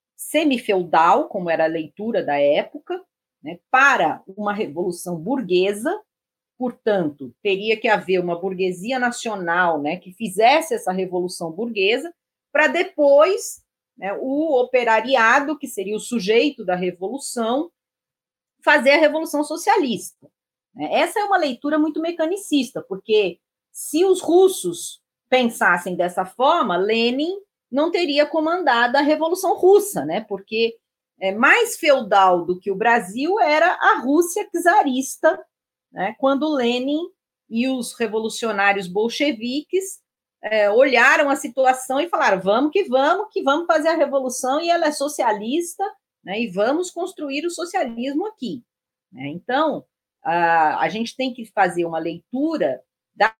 semifeudal, como era a leitura da época, né, para uma revolução burguesa, portanto, teria que haver uma burguesia nacional, né, que fizesse essa revolução burguesa, para depois, né, o operariado, que seria o sujeito da revolução, fazer a revolução socialista. Essa é uma leitura muito mecanicista, porque se os russos pensassem dessa forma, Lenin não teria comandado a Revolução Russa, né? Porque é, mais feudal do que o Brasil era a Rússia czarista, né? Quando Lenin e os revolucionários bolcheviques é, olharam a situação e falaram, vamos que vamos, que vamos fazer a revolução e ela é socialista, né? E vamos construir o socialismo aqui. Né? Então, a, a gente tem que fazer uma leitura da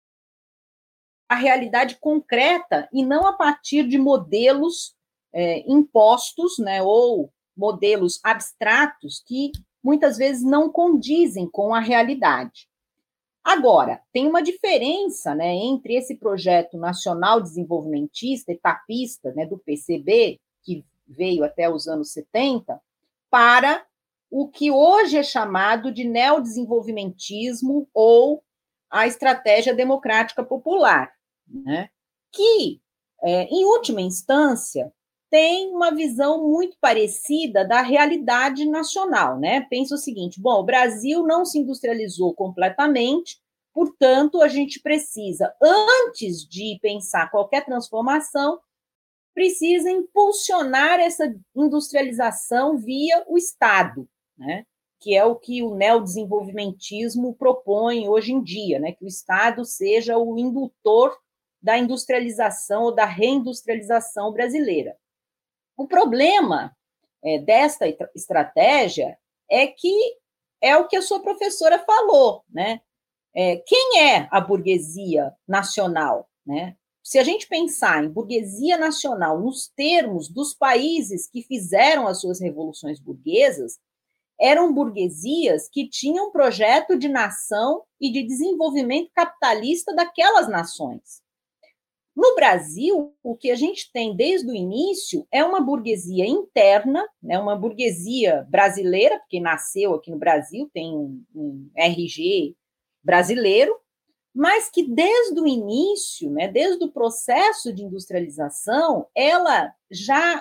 a realidade concreta e não a partir de modelos é, impostos, né, ou modelos abstratos que muitas vezes não condizem com a realidade. Agora, tem uma diferença, né, entre esse projeto nacional desenvolvimentista, etapista, né, do P C B, que veio até os anos setenta, para o que hoje é chamado de neodesenvolvimentismo ou a estratégia democrática popular, né? Que, é, em última instância, tem uma visão muito parecida da realidade nacional, né? Pensa o seguinte, bom, o Brasil não se industrializou completamente, portanto, a gente precisa, antes de pensar qualquer transformação, precisa impulsionar essa industrialização via o Estado, né? Que é o que o neodesenvolvimentismo propõe hoje em dia, né? Que o Estado seja o indutor da industrialização ou da reindustrialização brasileira. O problema é, desta estratégia é que é o que a sua professora falou, né? É, quem é a burguesia nacional, né? Se a gente pensar em burguesia nacional nos termos dos países que fizeram as suas revoluções burguesas, eram burguesias que tinham um projeto de nação e de desenvolvimento capitalista daquelas nações. No Brasil, o que a gente tem desde o início é uma burguesia interna, né, uma burguesia brasileira, porque nasceu aqui no Brasil, tem um, um R G brasileiro, mas que desde o início, né, desde o processo de industrialização, ela já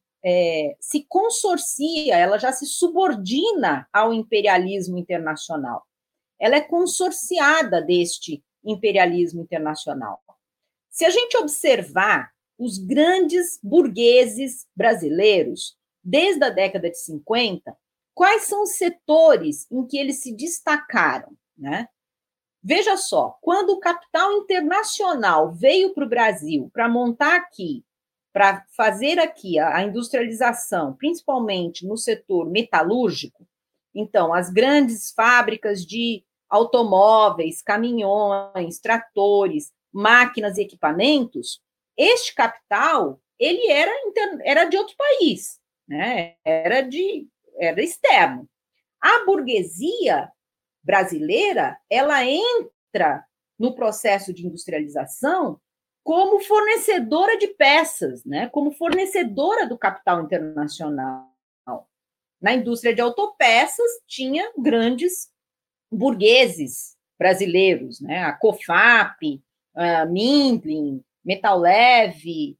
é, se consorcia, ela já se subordina ao imperialismo internacional. Ela é consorciada deste imperialismo internacional. Se a gente observar os grandes burgueses brasileiros, desde a década de cinquenta, quais são os setores em que eles se destacaram, né? Veja só, quando o capital internacional veio para o Brasil para montar aqui, para fazer aqui a industrialização, principalmente no setor metalúrgico, então, as grandes fábricas de automóveis, caminhões, tratores, máquinas e equipamentos, este capital, ele era, era de outro país, né? Era, de, era externo. A burguesia brasileira, ela entra no processo de industrialização como fornecedora de peças, né? Como fornecedora do capital internacional. Na indústria de autopeças, tinha grandes burgueses brasileiros, né? A COFAP, a Mindlin, Metal Leve,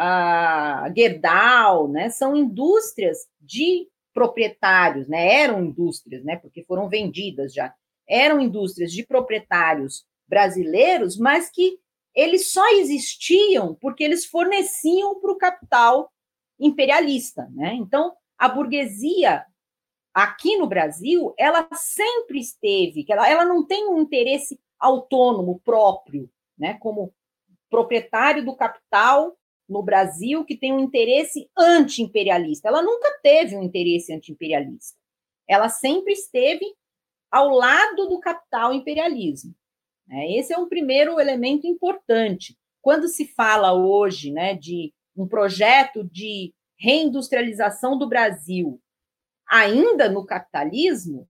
a Gerdau, né? São indústrias de proprietários, né? Eram indústrias, né? Porque foram vendidas já. Eram indústrias de proprietários brasileiros, mas que eles só existiam porque eles forneciam para o capital imperialista, né? Então, a burguesia aqui no Brasil, ela sempre esteve, que ela, ela não tem um interesse autônomo próprio, né? Como proprietário do capital no Brasil, que tem um interesse anti-imperialista. Ela nunca teve um interesse anti-imperialista. Ela sempre esteve ao lado do capital imperialismo. Esse é um primeiro elemento importante. Quando se fala hoje, né, de um projeto de reindustrialização do Brasil, ainda no capitalismo,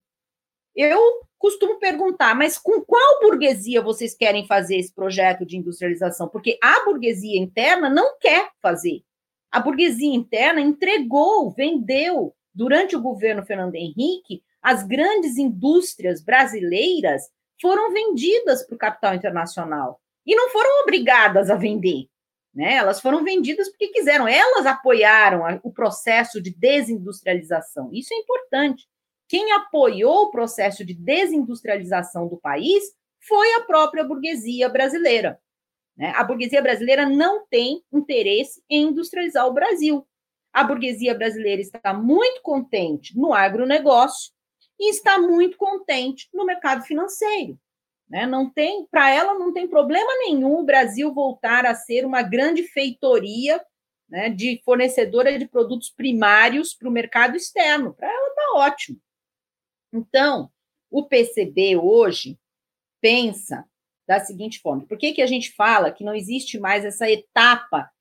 eu costumo perguntar, mas com qual burguesia vocês querem fazer esse projeto de industrialização? Porque a burguesia interna não quer fazer. A burguesia interna entregou, vendeu, durante o governo Fernando Henrique, as grandes indústrias brasileiras foram vendidas para o capital internacional e não foram obrigadas a vender, né? Elas foram vendidas porque quiseram, elas apoiaram o processo de desindustrialização. Isso é importante. Quem apoiou o processo de desindustrialização do país foi a própria burguesia brasileira, né? A burguesia brasileira não tem interesse em industrializar o Brasil. A burguesia brasileira está muito contente no agronegócio e está muito contente no mercado financeiro, né? Não tem, para ela não tem problema nenhum o Brasil voltar a ser uma grande feitoria, né, de fornecedora de produtos primários para o mercado externo. Para ela está ótimo. Então, o P C B hoje pensa da seguinte forma: por que que a gente fala que não existe mais essa etapa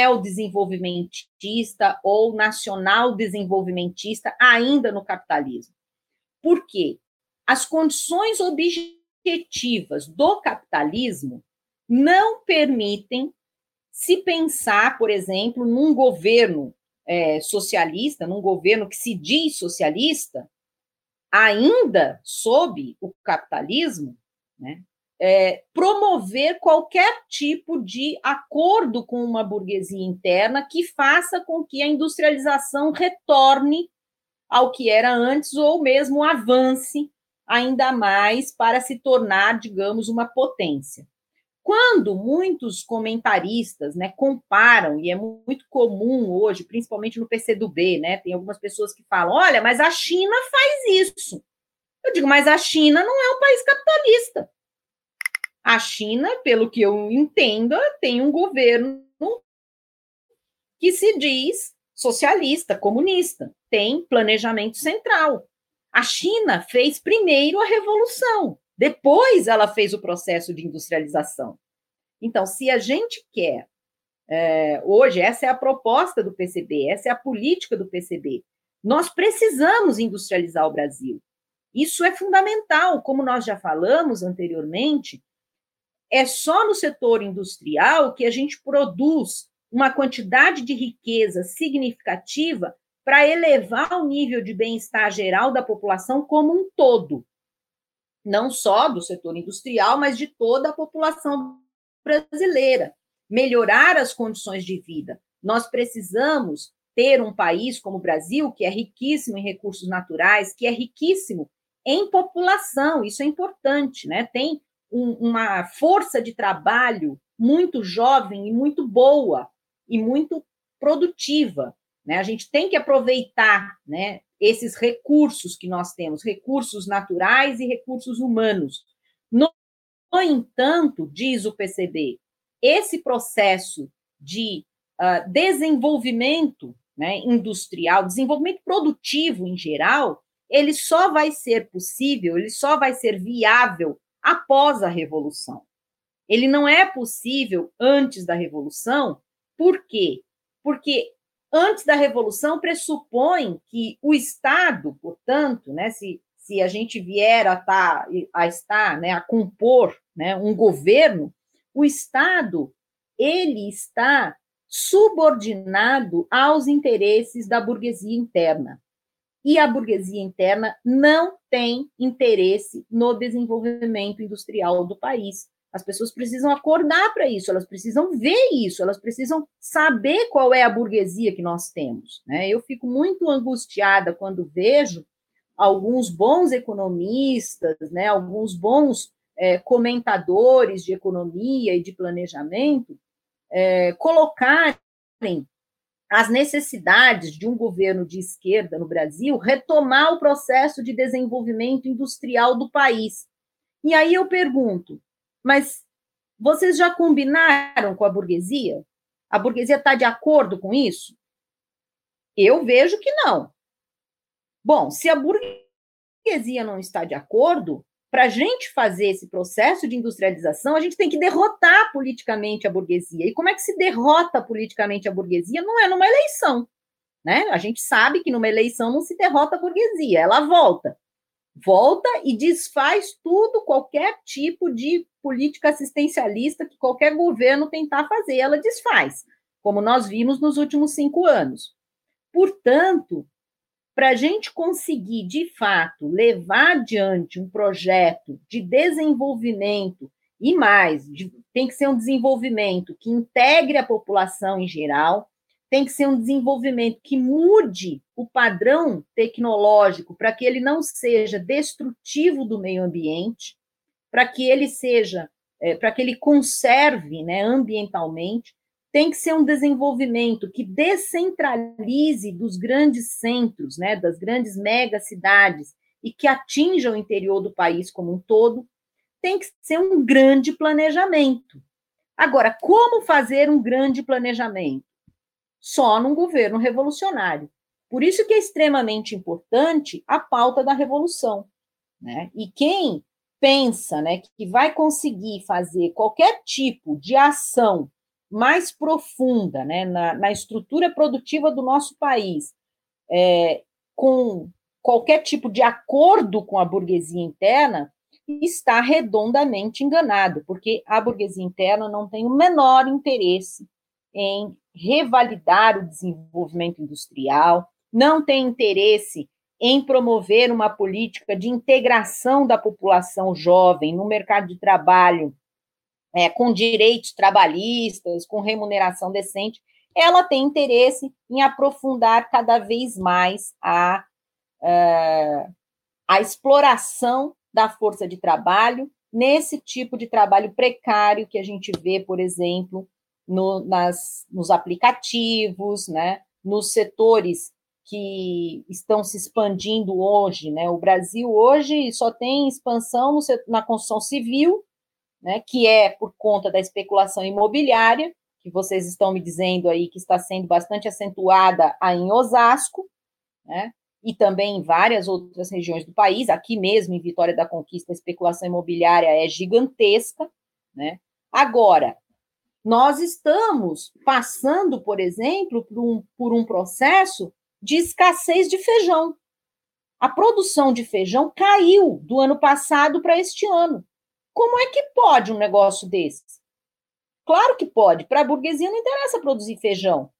neodesenvolvimentista ou nacional desenvolvimentista ainda no capitalismo? Porque as condições objetivas do capitalismo não permitem se pensar, por exemplo, num governo é, socialista, num governo que se diz socialista, ainda sob o capitalismo, né, é, promover qualquer tipo de acordo com uma burguesia interna que faça com que a industrialização retorne ao que era antes ou mesmo avance ainda mais para se tornar, digamos, uma potência. Quando muitos comentaristas, né, comparam, e é muito comum hoje, principalmente no P C do B, né, tem algumas pessoas que falam, olha, mas a China faz isso. Eu digo, mas a China não é um país capitalista. A China, pelo que eu entendo, tem um governo que se diz socialista, comunista, tem planejamento central. A China fez primeiro a revolução, depois ela fez o processo de industrialização. Então, se a gente quer, é, hoje, essa é a proposta do P C B, essa é a política do P C B, nós precisamos industrializar o Brasil. Isso é fundamental, como nós já falamos anteriormente, é só no setor industrial que a gente produz uma quantidade de riqueza significativa para elevar o nível de bem-estar geral da população como um todo. Não só do setor industrial, mas de toda a população brasileira. Melhorar as condições de vida. Nós precisamos ter um país como o Brasil, que é riquíssimo em recursos naturais, que é riquíssimo em população, isso é importante, né? Tem um, uma força de trabalho muito jovem e muito boa, e muito produtiva, né? A gente tem que aproveitar, né, esses recursos que nós temos, recursos naturais e recursos humanos. No, no entanto, diz o P C B, esse processo de uh, desenvolvimento, né, industrial, desenvolvimento produtivo em geral, ele só vai ser possível, ele só vai ser viável após a Revolução. Ele não é possível antes da Revolução. Por quê? Porque antes da Revolução pressupõe que o Estado, portanto, né, se, se a gente vier a, tá, a estar, né, a compor, né, um governo, o Estado ele está subordinado aos interesses da burguesia interna. E a burguesia interna não tem interesse no desenvolvimento industrial do país. As pessoas precisam acordar para isso, elas precisam ver isso, elas precisam saber qual é a burguesia que nós temos, né? Eu fico muito angustiada quando vejo alguns bons economistas, né, alguns bons é, comentadores de economia e de planejamento é, colocarem as necessidades de um governo de esquerda no Brasil retomar o processo de desenvolvimento industrial do país. E aí eu pergunto, mas vocês já combinaram com a burguesia? A burguesia está de acordo com isso? Eu vejo que não. Bom, se a burguesia não está de acordo, para a gente fazer esse processo de industrialização, a gente tem que derrotar politicamente a burguesia. E como é que se derrota politicamente a burguesia? Não é numa eleição, né? A gente sabe que numa eleição não se derrota a burguesia, ela volta. Volta e desfaz tudo, qualquer tipo de política assistencialista que qualquer governo tentar fazer, ela desfaz, como nós vimos nos últimos cinco anos. Portanto, para a gente conseguir, de fato, levar adiante um projeto de desenvolvimento, e mais, de, tem que ser um desenvolvimento que integre a população em geral, tem que ser um desenvolvimento que mude o padrão tecnológico para que ele não seja destrutivo do meio ambiente, para que ele seja, é, para que ele conserve, né, ambientalmente, tem que ser um desenvolvimento que descentralize dos grandes centros, né, das grandes megacidades, e que atinja o interior do país como um todo, tem que ser um grande planejamento. Agora, como fazer um grande planejamento? Só num governo revolucionário. Por isso que é extremamente importante a pauta da revolução, né? E quem pensa, né, que vai conseguir fazer qualquer tipo de ação mais profunda, né, na, na estrutura produtiva do nosso país, é, com qualquer tipo de acordo com a burguesia interna, está redondamente enganado, porque a burguesia interna não tem o menor interesse em revalidar o desenvolvimento industrial, não tem interesse em promover uma política de integração da população jovem no mercado de trabalho, é, com direitos trabalhistas, com remuneração decente. Ela tem interesse em aprofundar cada vez mais a, a, a exploração da força de trabalho nesse tipo de trabalho precário que a gente vê, por exemplo, no, nas, nos aplicativos, né, nos setores que estão se expandindo hoje, né? O Brasil hoje só tem expansão no setor, na construção civil, né, que é por conta da especulação imobiliária, que vocês estão me dizendo aí que está sendo bastante acentuada aí em Osasco, né, e também em várias outras regiões do país. Aqui mesmo, em Vitória da Conquista, a especulação imobiliária é gigantesca, né? Agora, nós estamos passando, por exemplo, por um, por um processo de escassez de feijão. A produção de feijão caiu do ano passado para este ano. Como é que pode um negócio desse? Claro que pode. Para a burguesia não interessa produzir feijão.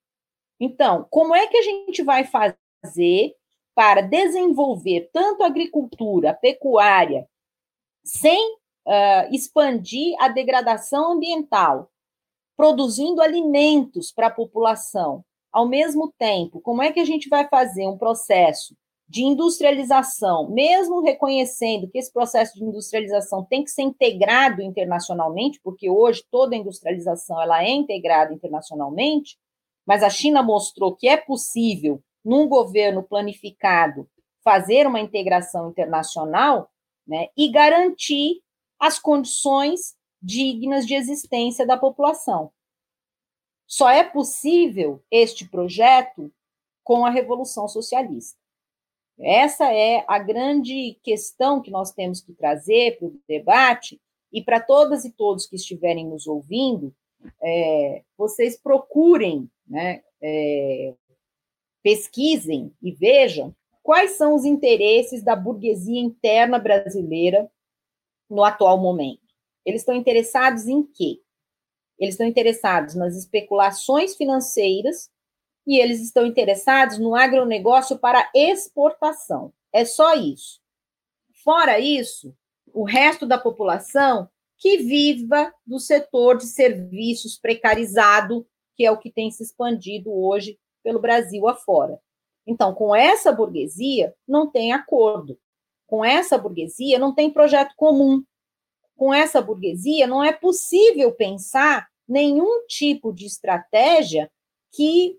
Então, como é que a gente vai fazer para desenvolver tanto a agricultura, a pecuária, sem uh, expandir a degradação ambiental, produzindo alimentos para a população? Ao mesmo tempo, como é que a gente vai fazer um processo de industrialização, mesmo reconhecendo que esse processo de industrialização tem que ser integrado internacionalmente, porque hoje toda a industrialização ela é integrada internacionalmente, mas a China mostrou que é possível, num governo planificado, fazer uma integração internacional, né, e garantir as condições dignas de existência da população. Só é possível este projeto com a Revolução Socialista. Essa é a grande questão que nós temos que trazer para o debate, e para todas e todos que estiverem nos ouvindo, é, vocês procurem, né, é, pesquisem e vejam quais são os interesses da burguesia interna brasileira no atual momento. Eles estão interessados em quê? Eles estão interessados nas especulações financeiras e eles estão interessados no agronegócio para exportação. É só isso. Fora isso, o resto da população que viva do setor de serviços precarizado, que é o que tem se expandido hoje pelo Brasil afora. Então, com essa burguesia, não tem acordo. Com essa burguesia, não tem projeto comum. Com essa burguesia, não é possível pensar nenhum tipo de estratégia que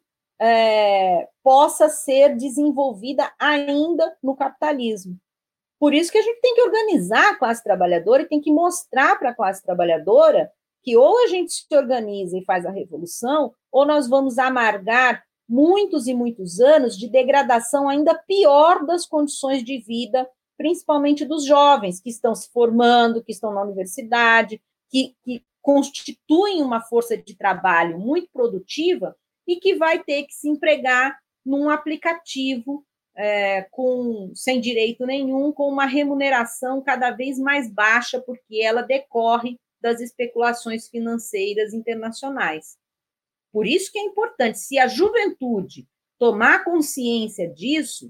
é, possa ser desenvolvida ainda no capitalismo. Por isso que a gente tem que organizar a classe trabalhadora e tem que mostrar para a classe trabalhadora que ou a gente se organiza e faz a revolução, ou nós vamos amargar muitos e muitos anos de degradação ainda pior das condições de vida, principalmente dos jovens que estão se formando, que estão na universidade, que, que constituem uma força de trabalho muito produtiva e que vai ter que se empregar num aplicativo é, com, sem direito nenhum, com uma remuneração cada vez mais baixa, porque ela decorre das especulações financeiras internacionais. Por isso que é importante, se a juventude tomar consciência disso,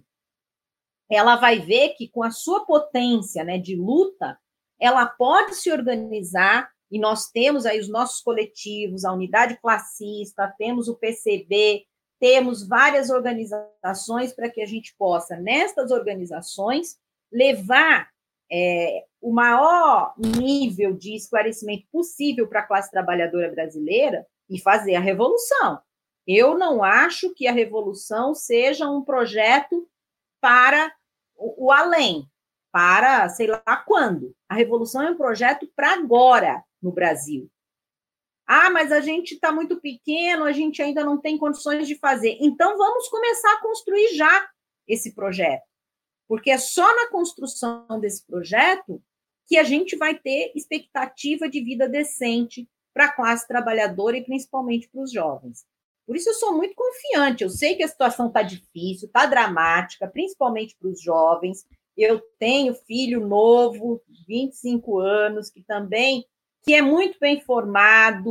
ela vai ver que com a sua potência, né, de luta, ela pode se organizar, e nós temos aí os nossos coletivos, a Unidade Classista, temos o P C B, temos várias organizações para que a gente possa, nestas organizações, levar é, o maior nível de esclarecimento possível para a classe trabalhadora brasileira e fazer a revolução. Eu não acho que a revolução seja um projeto para o, o além, para sei lá quando. A revolução é um projeto para agora no Brasil. Ah, mas a gente está muito pequeno, a gente ainda não tem condições de fazer. Então, vamos começar a construir já esse projeto. Porque é só na construção desse projeto que a gente vai ter expectativa de vida decente para a classe trabalhadora e principalmente para os jovens. Por isso eu sou muito confiante. Eu sei que a situação está difícil, está dramática, principalmente para os jovens. Eu tenho filho novo, vinte e cinco anos, que também que é muito bem formado,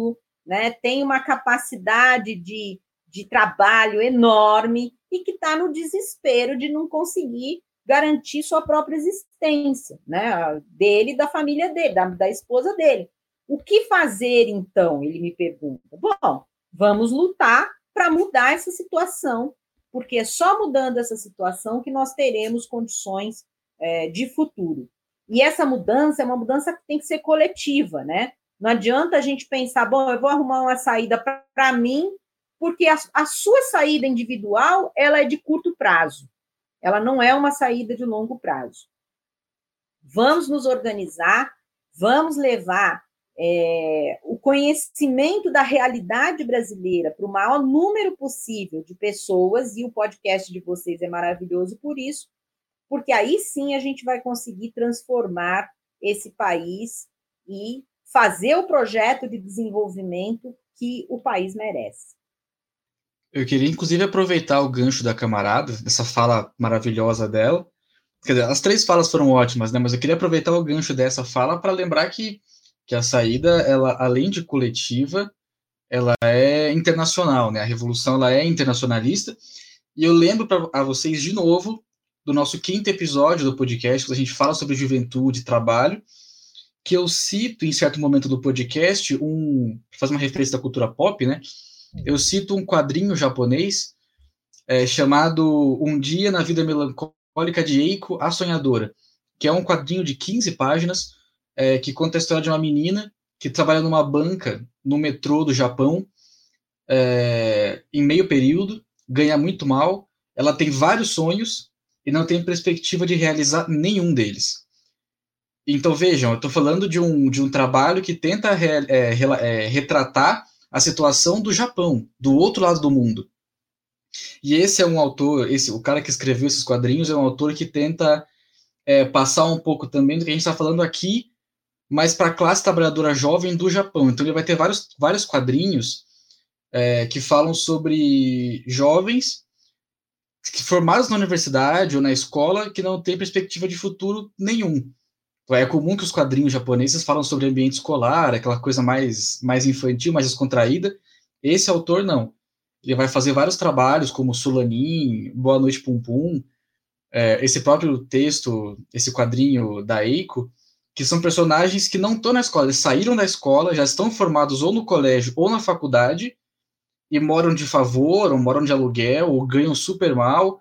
né, tem uma capacidade de, de trabalho enorme e que está no desespero de não conseguir garantir sua própria existência, né, dele e da família dele, da, da esposa dele. O que fazer, então? Ele me pergunta. Bom, vamos lutar para mudar essa situação, porque é só mudando essa situação que nós teremos condições é, de futuro. E essa mudança é uma mudança que tem que ser coletiva, né? Não adianta a gente pensar, bom, eu vou arrumar uma saída para mim, porque a, a sua saída individual, ela é de curto prazo. Ela não é uma saída de longo prazo. Vamos nos organizar, vamos levar é, o conhecimento da realidade brasileira para o maior número possível de pessoas, e o podcast de vocês é maravilhoso por isso, porque aí sim a gente vai conseguir transformar esse país e fazer o projeto de desenvolvimento que o país merece. Eu queria, inclusive, aproveitar o gancho da camarada, essa fala maravilhosa dela. Quer dizer, as três falas foram ótimas, né? Mas eu queria aproveitar o gancho dessa fala para lembrar que, que a saída, ela, além de coletiva, ela é internacional, né? A revolução, ela é internacionalista. E eu lembro para vocês, de novo, do nosso quinto episódio do podcast, quando a gente fala sobre juventude e trabalho, que eu cito, em certo momento do podcast, um, faz uma referência da cultura pop, né? Eu cito um quadrinho japonês é, chamado Um Dia na Vida Melancólica de Eiko, a Sonhadora, que é um quadrinho de quinze páginas é, que conta a história de uma menina que trabalha numa banca no metrô do Japão é, em meio período, ganha muito mal, ela tem vários sonhos e não tem perspectiva de realizar nenhum deles. Então, vejam, eu estou falando de um, de um trabalho que tenta re, é, é, retratar a situação do Japão, do outro lado do mundo. E esse é um autor, esse, o cara que escreveu esses quadrinhos é um autor que tenta é, passar um pouco também do que a gente está falando aqui, mas para a classe trabalhadora jovem do Japão. Então ele vai ter vários, vários quadrinhos é, que falam sobre jovens que formados na universidade ou na escola que não têm perspectiva de futuro nenhum. É comum que os quadrinhos japoneses falam sobre ambiente escolar, aquela coisa mais, mais infantil, mais descontraída. Esse autor, não. Ele vai fazer vários trabalhos, como Sulanin, Boa Noite Pum Pum, é, esse próprio texto, esse quadrinho da Eiko, que são personagens que não estão na escola, eles saíram da escola, já estão formados ou no colégio ou na faculdade, e moram de favor, ou moram de aluguel, ou ganham super mal.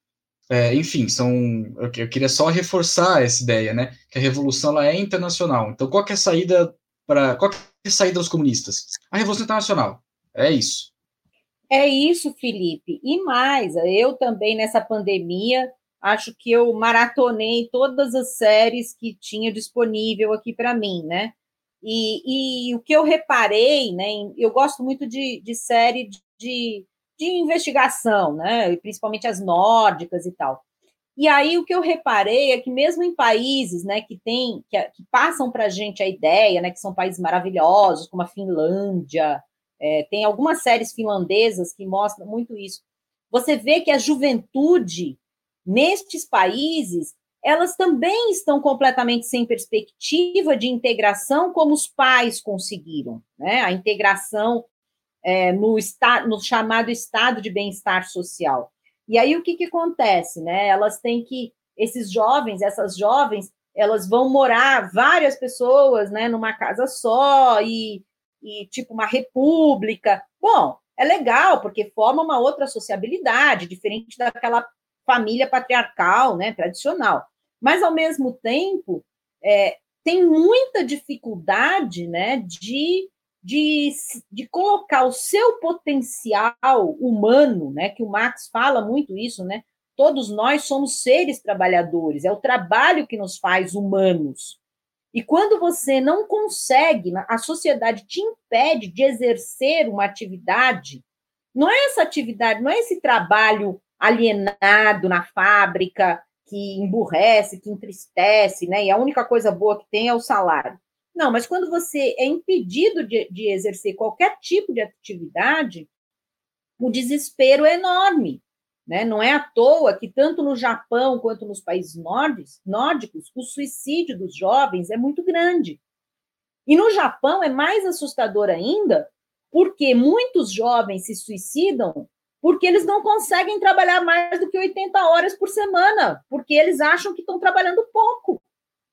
É, enfim, são, eu, eu queria só reforçar essa ideia, né, que a revolução ela é internacional. Então, qual que é a saída para qual que é a saída dos comunistas? A revolução internacional. É isso. É isso, Felipe. E mais, eu também nessa pandemia acho que eu maratonei todas as séries que tinha disponível aqui para mim, né? E, e o que eu reparei, né? Eu gosto muito de, de série de de investigação, né? Principalmente as nórdicas e tal. E aí o que eu reparei é que mesmo em países, né, que tem, que, que passam para a gente a ideia, né, que são países maravilhosos, como a Finlândia, é, tem algumas séries finlandesas que mostram muito isso. Você vê que a juventude nestes países, elas também estão completamente sem perspectiva de integração, como os pais conseguiram, né? A integração É, no, está, no chamado estado de bem-estar social. E aí o que, que acontece? Né? Elas têm que, esses jovens, essas jovens, elas vão morar, várias pessoas, né, numa casa só, e, e tipo uma república. Bom, é legal, porque forma uma outra sociabilidade, diferente daquela família patriarcal, né, tradicional. Mas, ao mesmo tempo, é, tem muita dificuldade, né, de De, de colocar o seu potencial humano, né, que o Marx fala muito isso, né, todos nós somos seres trabalhadores, é o trabalho que nos faz humanos. E quando você não consegue, a sociedade te impede de exercer uma atividade, não é essa atividade, não é esse trabalho alienado na fábrica, que emburrece, que entristece, né, e a única coisa boa que tem é o salário. Não, mas quando você é impedido de, de exercer qualquer tipo de atividade, o desespero é enorme, né? Não é à toa que tanto no Japão quanto nos países nórdicos, nórdicos, o suicídio dos jovens é muito grande. E no Japão é mais assustador ainda, Porque muitos jovens se suicidam porque eles não conseguem trabalhar mais do que oitenta horas por semana, porque eles acham que estão trabalhando pouco.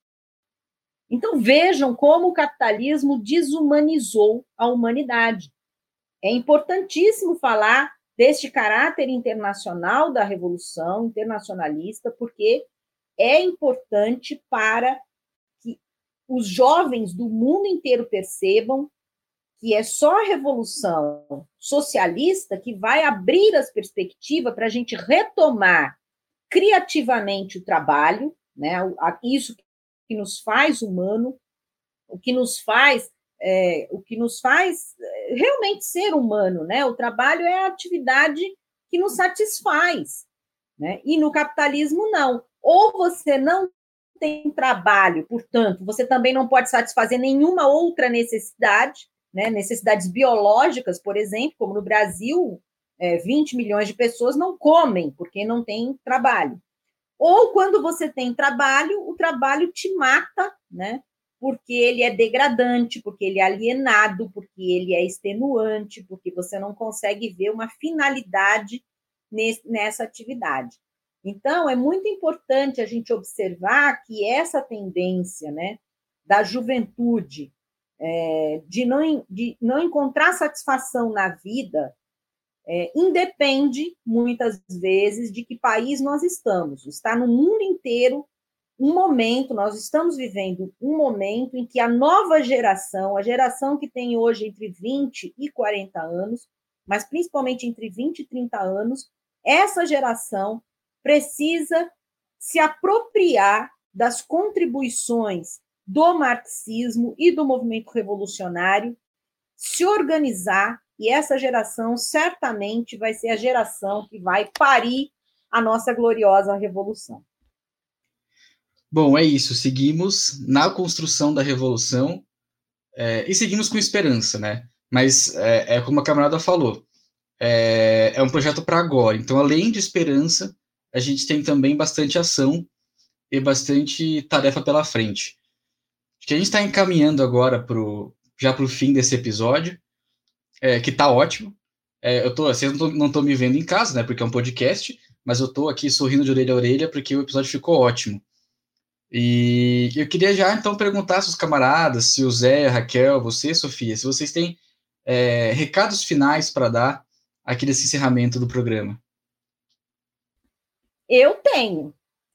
Então, vejam como o capitalismo desumanizou a humanidade. É importantíssimo falar deste caráter internacional da revolução internacionalista, porque é importante para que os jovens do mundo inteiro percebam que é só a revolução socialista que vai abrir as perspectivas para a gente retomar criativamente o trabalho, né? Isso que nos faz humano, o que nos faz, é, o que nos faz realmente ser humano, né? O trabalho é a atividade que nos satisfaz, né? E no capitalismo não. Ou você não tem trabalho, portanto, você também não pode satisfazer nenhuma outra necessidade, né, necessidades biológicas, por exemplo, como no Brasil, é, vinte milhões de pessoas não comem porque não tem trabalho. Ou quando você tem trabalho, o trabalho te mata, né, porque ele é degradante, porque ele é alienado, porque ele é extenuante, porque você não consegue ver uma finalidade nesse, nessa atividade. Então, é muito importante a gente observar que essa tendência, né, da juventude, É, de, não, de não encontrar satisfação na vida, é, independe, muitas vezes, de que país nós estamos. Está no mundo inteiro um momento, nós estamos vivendo um momento em que a nova geração, a geração que tem hoje entre vinte e quarenta anos, mas principalmente entre vinte e trinta anos, essa geração precisa se apropriar das contribuições do marxismo e do movimento revolucionário, se organizar, e essa geração certamente vai ser a geração que vai parir a nossa gloriosa revolução. Bom, é isso. Seguimos na construção da revolução é, e seguimos com esperança, né? Mas é, é como a camarada falou, é, é um projeto para agora. Então, além de esperança, a gente tem também bastante ação e bastante tarefa pela frente. Acho que a gente está encaminhando agora pro, já para o fim desse episódio, é, que está ótimo. É, eu tô, vocês não estão me vendo em casa, né? Porque é um podcast, mas eu estou aqui sorrindo de orelha a orelha porque o episódio ficou ótimo. E eu queria já então perguntar se os camaradas, se o Zé, a Raquel, você, Sofia, se vocês têm é, recados finais para dar aqui nesse encerramento do programa. Eu tenho.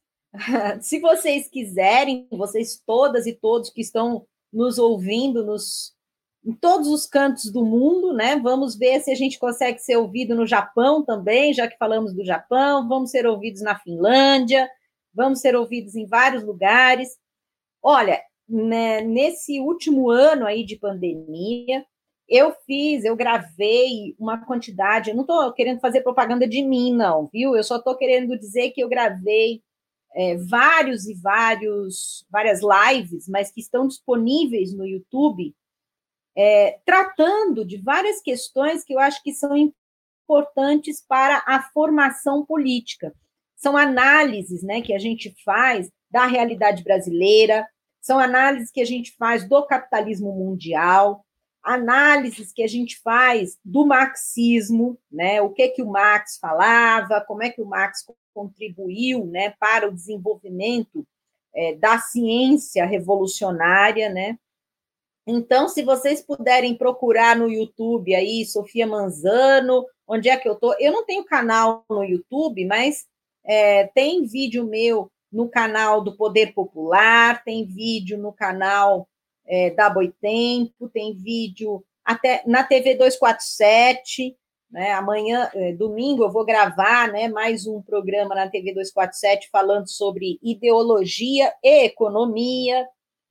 Se vocês quiserem, vocês todas e todos que estão nos ouvindo nos, em todos os cantos do mundo, né? Vamos ver se a gente consegue ser ouvido no Japão também, já que falamos do Japão, vamos ser ouvidos na Finlândia, vamos ser ouvidos em vários lugares. Olha, né, nesse último ano aí de pandemia, eu fiz, eu gravei uma quantidade, eu não estou querendo fazer propaganda de mim, não, viu? Eu só estou querendo dizer que eu gravei É, vários e vários, várias lives, mas que estão disponíveis no YouTube, é, tratando de várias questões que eu acho que são importantes para a formação política. São análises, né, que a gente faz da realidade brasileira, são análises que a gente faz do capitalismo mundial, análises que a gente faz do marxismo, né, o que, que o Marx falava, como é que o Marx contribuiu, né, para o desenvolvimento é, da ciência revolucionária, né? Então, se vocês puderem procurar no YouTube aí, Sofia Manzano, onde é que eu tô? Eu não tenho canal no YouTube, mas é, tem vídeo meu no canal do Poder Popular, tem vídeo no canal é, da Boitempo, tem vídeo até na T V duzentos e quarenta e sete, né? Amanhã, domingo, eu vou gravar, né, mais um programa na T V duzentos e quarenta e sete falando sobre ideologia e economia.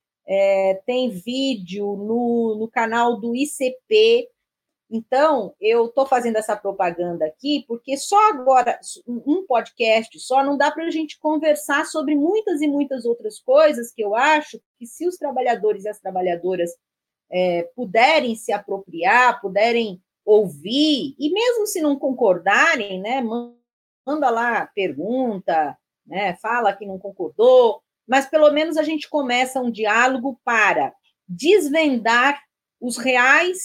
É, tem vídeo no, no canal do I C P. Então, eu estou fazendo essa propaganda aqui porque só agora, um podcast só, não dá para a gente conversar sobre muitas e muitas outras coisas que eu acho que se os trabalhadores e as trabalhadoras é, puderem se apropriar, puderem ouvir, e mesmo se não concordarem, né, manda lá pergunta, né, fala que não concordou, mas pelo menos a gente começa um diálogo para desvendar os reais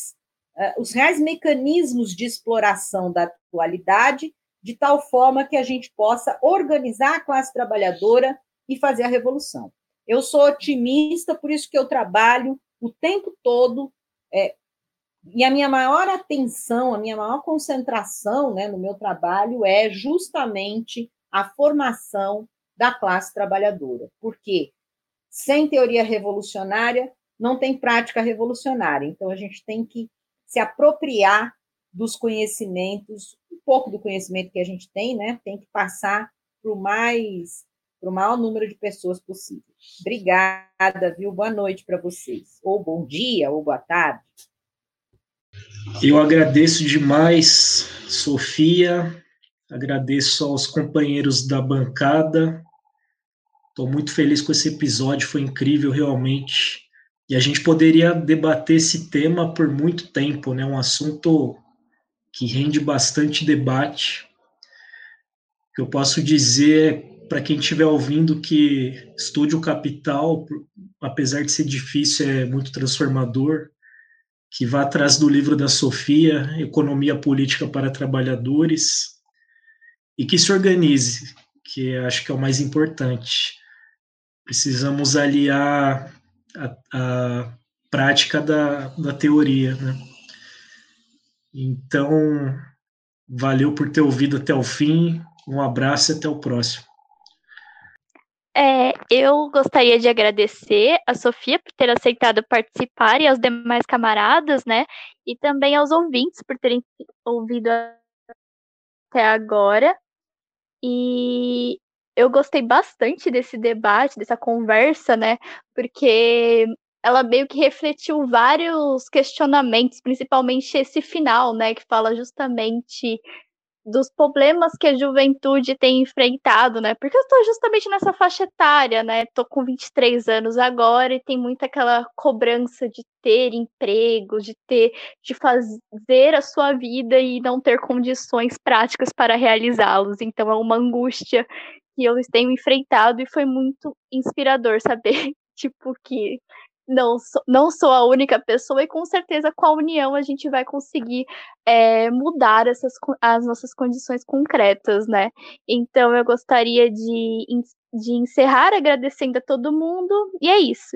uh, os reais mecanismos de exploração da atualidade, de tal forma que a gente possa organizar a classe trabalhadora e fazer a revolução. Eu sou otimista, por isso que eu trabalho o tempo todo, é, e a minha maior atenção, a minha maior concentração, né, no meu trabalho é justamente a formação da classe trabalhadora, porque sem teoria revolucionária não tem prática revolucionária, então a gente tem que se apropriar dos conhecimentos, um pouco do conhecimento que a gente tem, né, tem que passar para o mais, para o maior número de pessoas possível. Obrigada, viu? Boa noite para vocês, ou bom dia, ou boa tarde. Eu agradeço demais, Sofia, agradeço aos companheiros da bancada, estou muito feliz com esse episódio, foi incrível realmente, e a gente poderia debater esse tema por muito tempo, né? Um assunto que rende bastante debate. O que eu posso dizer para quem estiver ouvindo que Estúdio Capital, apesar de ser difícil, é muito transformador, que vá atrás do livro da Sofia, Economia Política para Trabalhadores, e que se organize, que acho que é o mais importante. Precisamos aliar a, a prática da, da teoria, né? Então, valeu por ter ouvido até o fim, um abraço e até o próximo. É, eu gostaria de agradecer a Sofia por ter aceitado participar e aos demais camaradas, né? E também aos ouvintes por terem ouvido até agora. E eu gostei bastante desse debate, dessa conversa, né? Porque ela meio que refletiu vários questionamentos, principalmente esse final, né? Que fala justamente dos problemas que a juventude tem enfrentado, né? Porque eu estou justamente nessa faixa etária, né? Tô com vinte e três anos agora e tem muita aquela cobrança de ter emprego, de ter, de fazer a sua vida e não ter condições práticas para realizá-los. Então é uma angústia que eu tenho enfrentado e foi muito inspirador saber, tipo, que não sou, não sou a única pessoa e com certeza com a união a gente vai conseguir é, mudar essas, as nossas condições concretas, né? Então eu gostaria de, de encerrar agradecendo a todo mundo e é isso.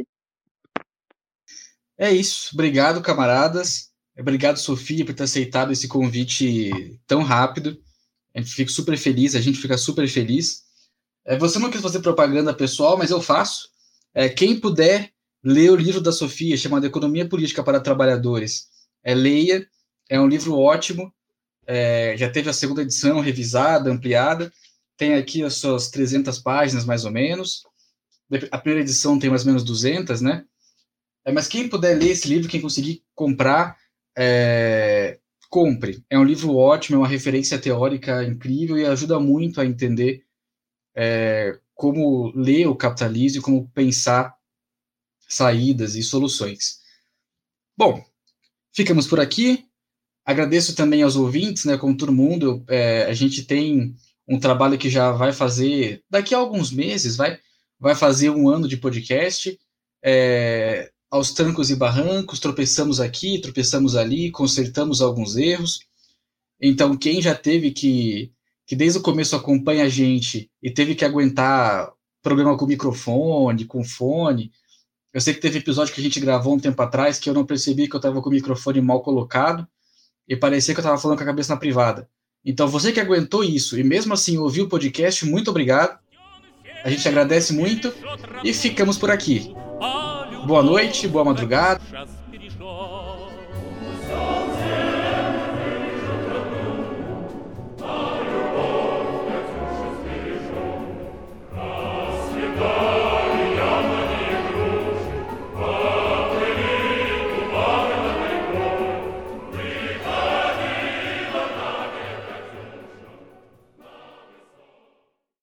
É isso. Obrigado, camaradas. Obrigado, Sofia, por ter aceitado esse convite tão rápido. A gente fica super feliz, a gente fica super feliz. É, você não quis fazer propaganda pessoal, mas eu faço. É, quem puder ler o livro da Sofia, chamado Economia Política para Trabalhadores. É, leia, é um livro ótimo, é, já teve a segunda edição revisada, ampliada, tem aqui as suas trezentas páginas, mais ou menos. A primeira edição tem mais ou menos duzentas, né? É, mas quem puder ler esse livro, quem conseguir comprar, é, compre. É um livro ótimo, é uma referência teórica incrível e ajuda muito a entender é, como ler o capitalismo e como pensar saídas e soluções. Bom, ficamos por aqui. Agradeço também aos ouvintes, né, como todo mundo. É, a gente tem um trabalho que já vai fazer, daqui a alguns meses, vai, vai fazer um ano de podcast. É, aos trancos e barrancos, tropeçamos aqui, tropeçamos ali, consertamos alguns erros. Então, quem já teve que, que desde o começo acompanha a gente e teve que aguentar problema com microfone, com fone. Eu sei que teve episódio que a gente gravou um tempo atrás que eu não percebi que eu estava com o microfone mal colocado e parecia que eu estava falando com a cabeça na privada. Então, você que aguentou isso e mesmo assim ouviu o podcast, muito obrigado. A gente agradece muito e ficamos por aqui. Boa noite, boa madrugada.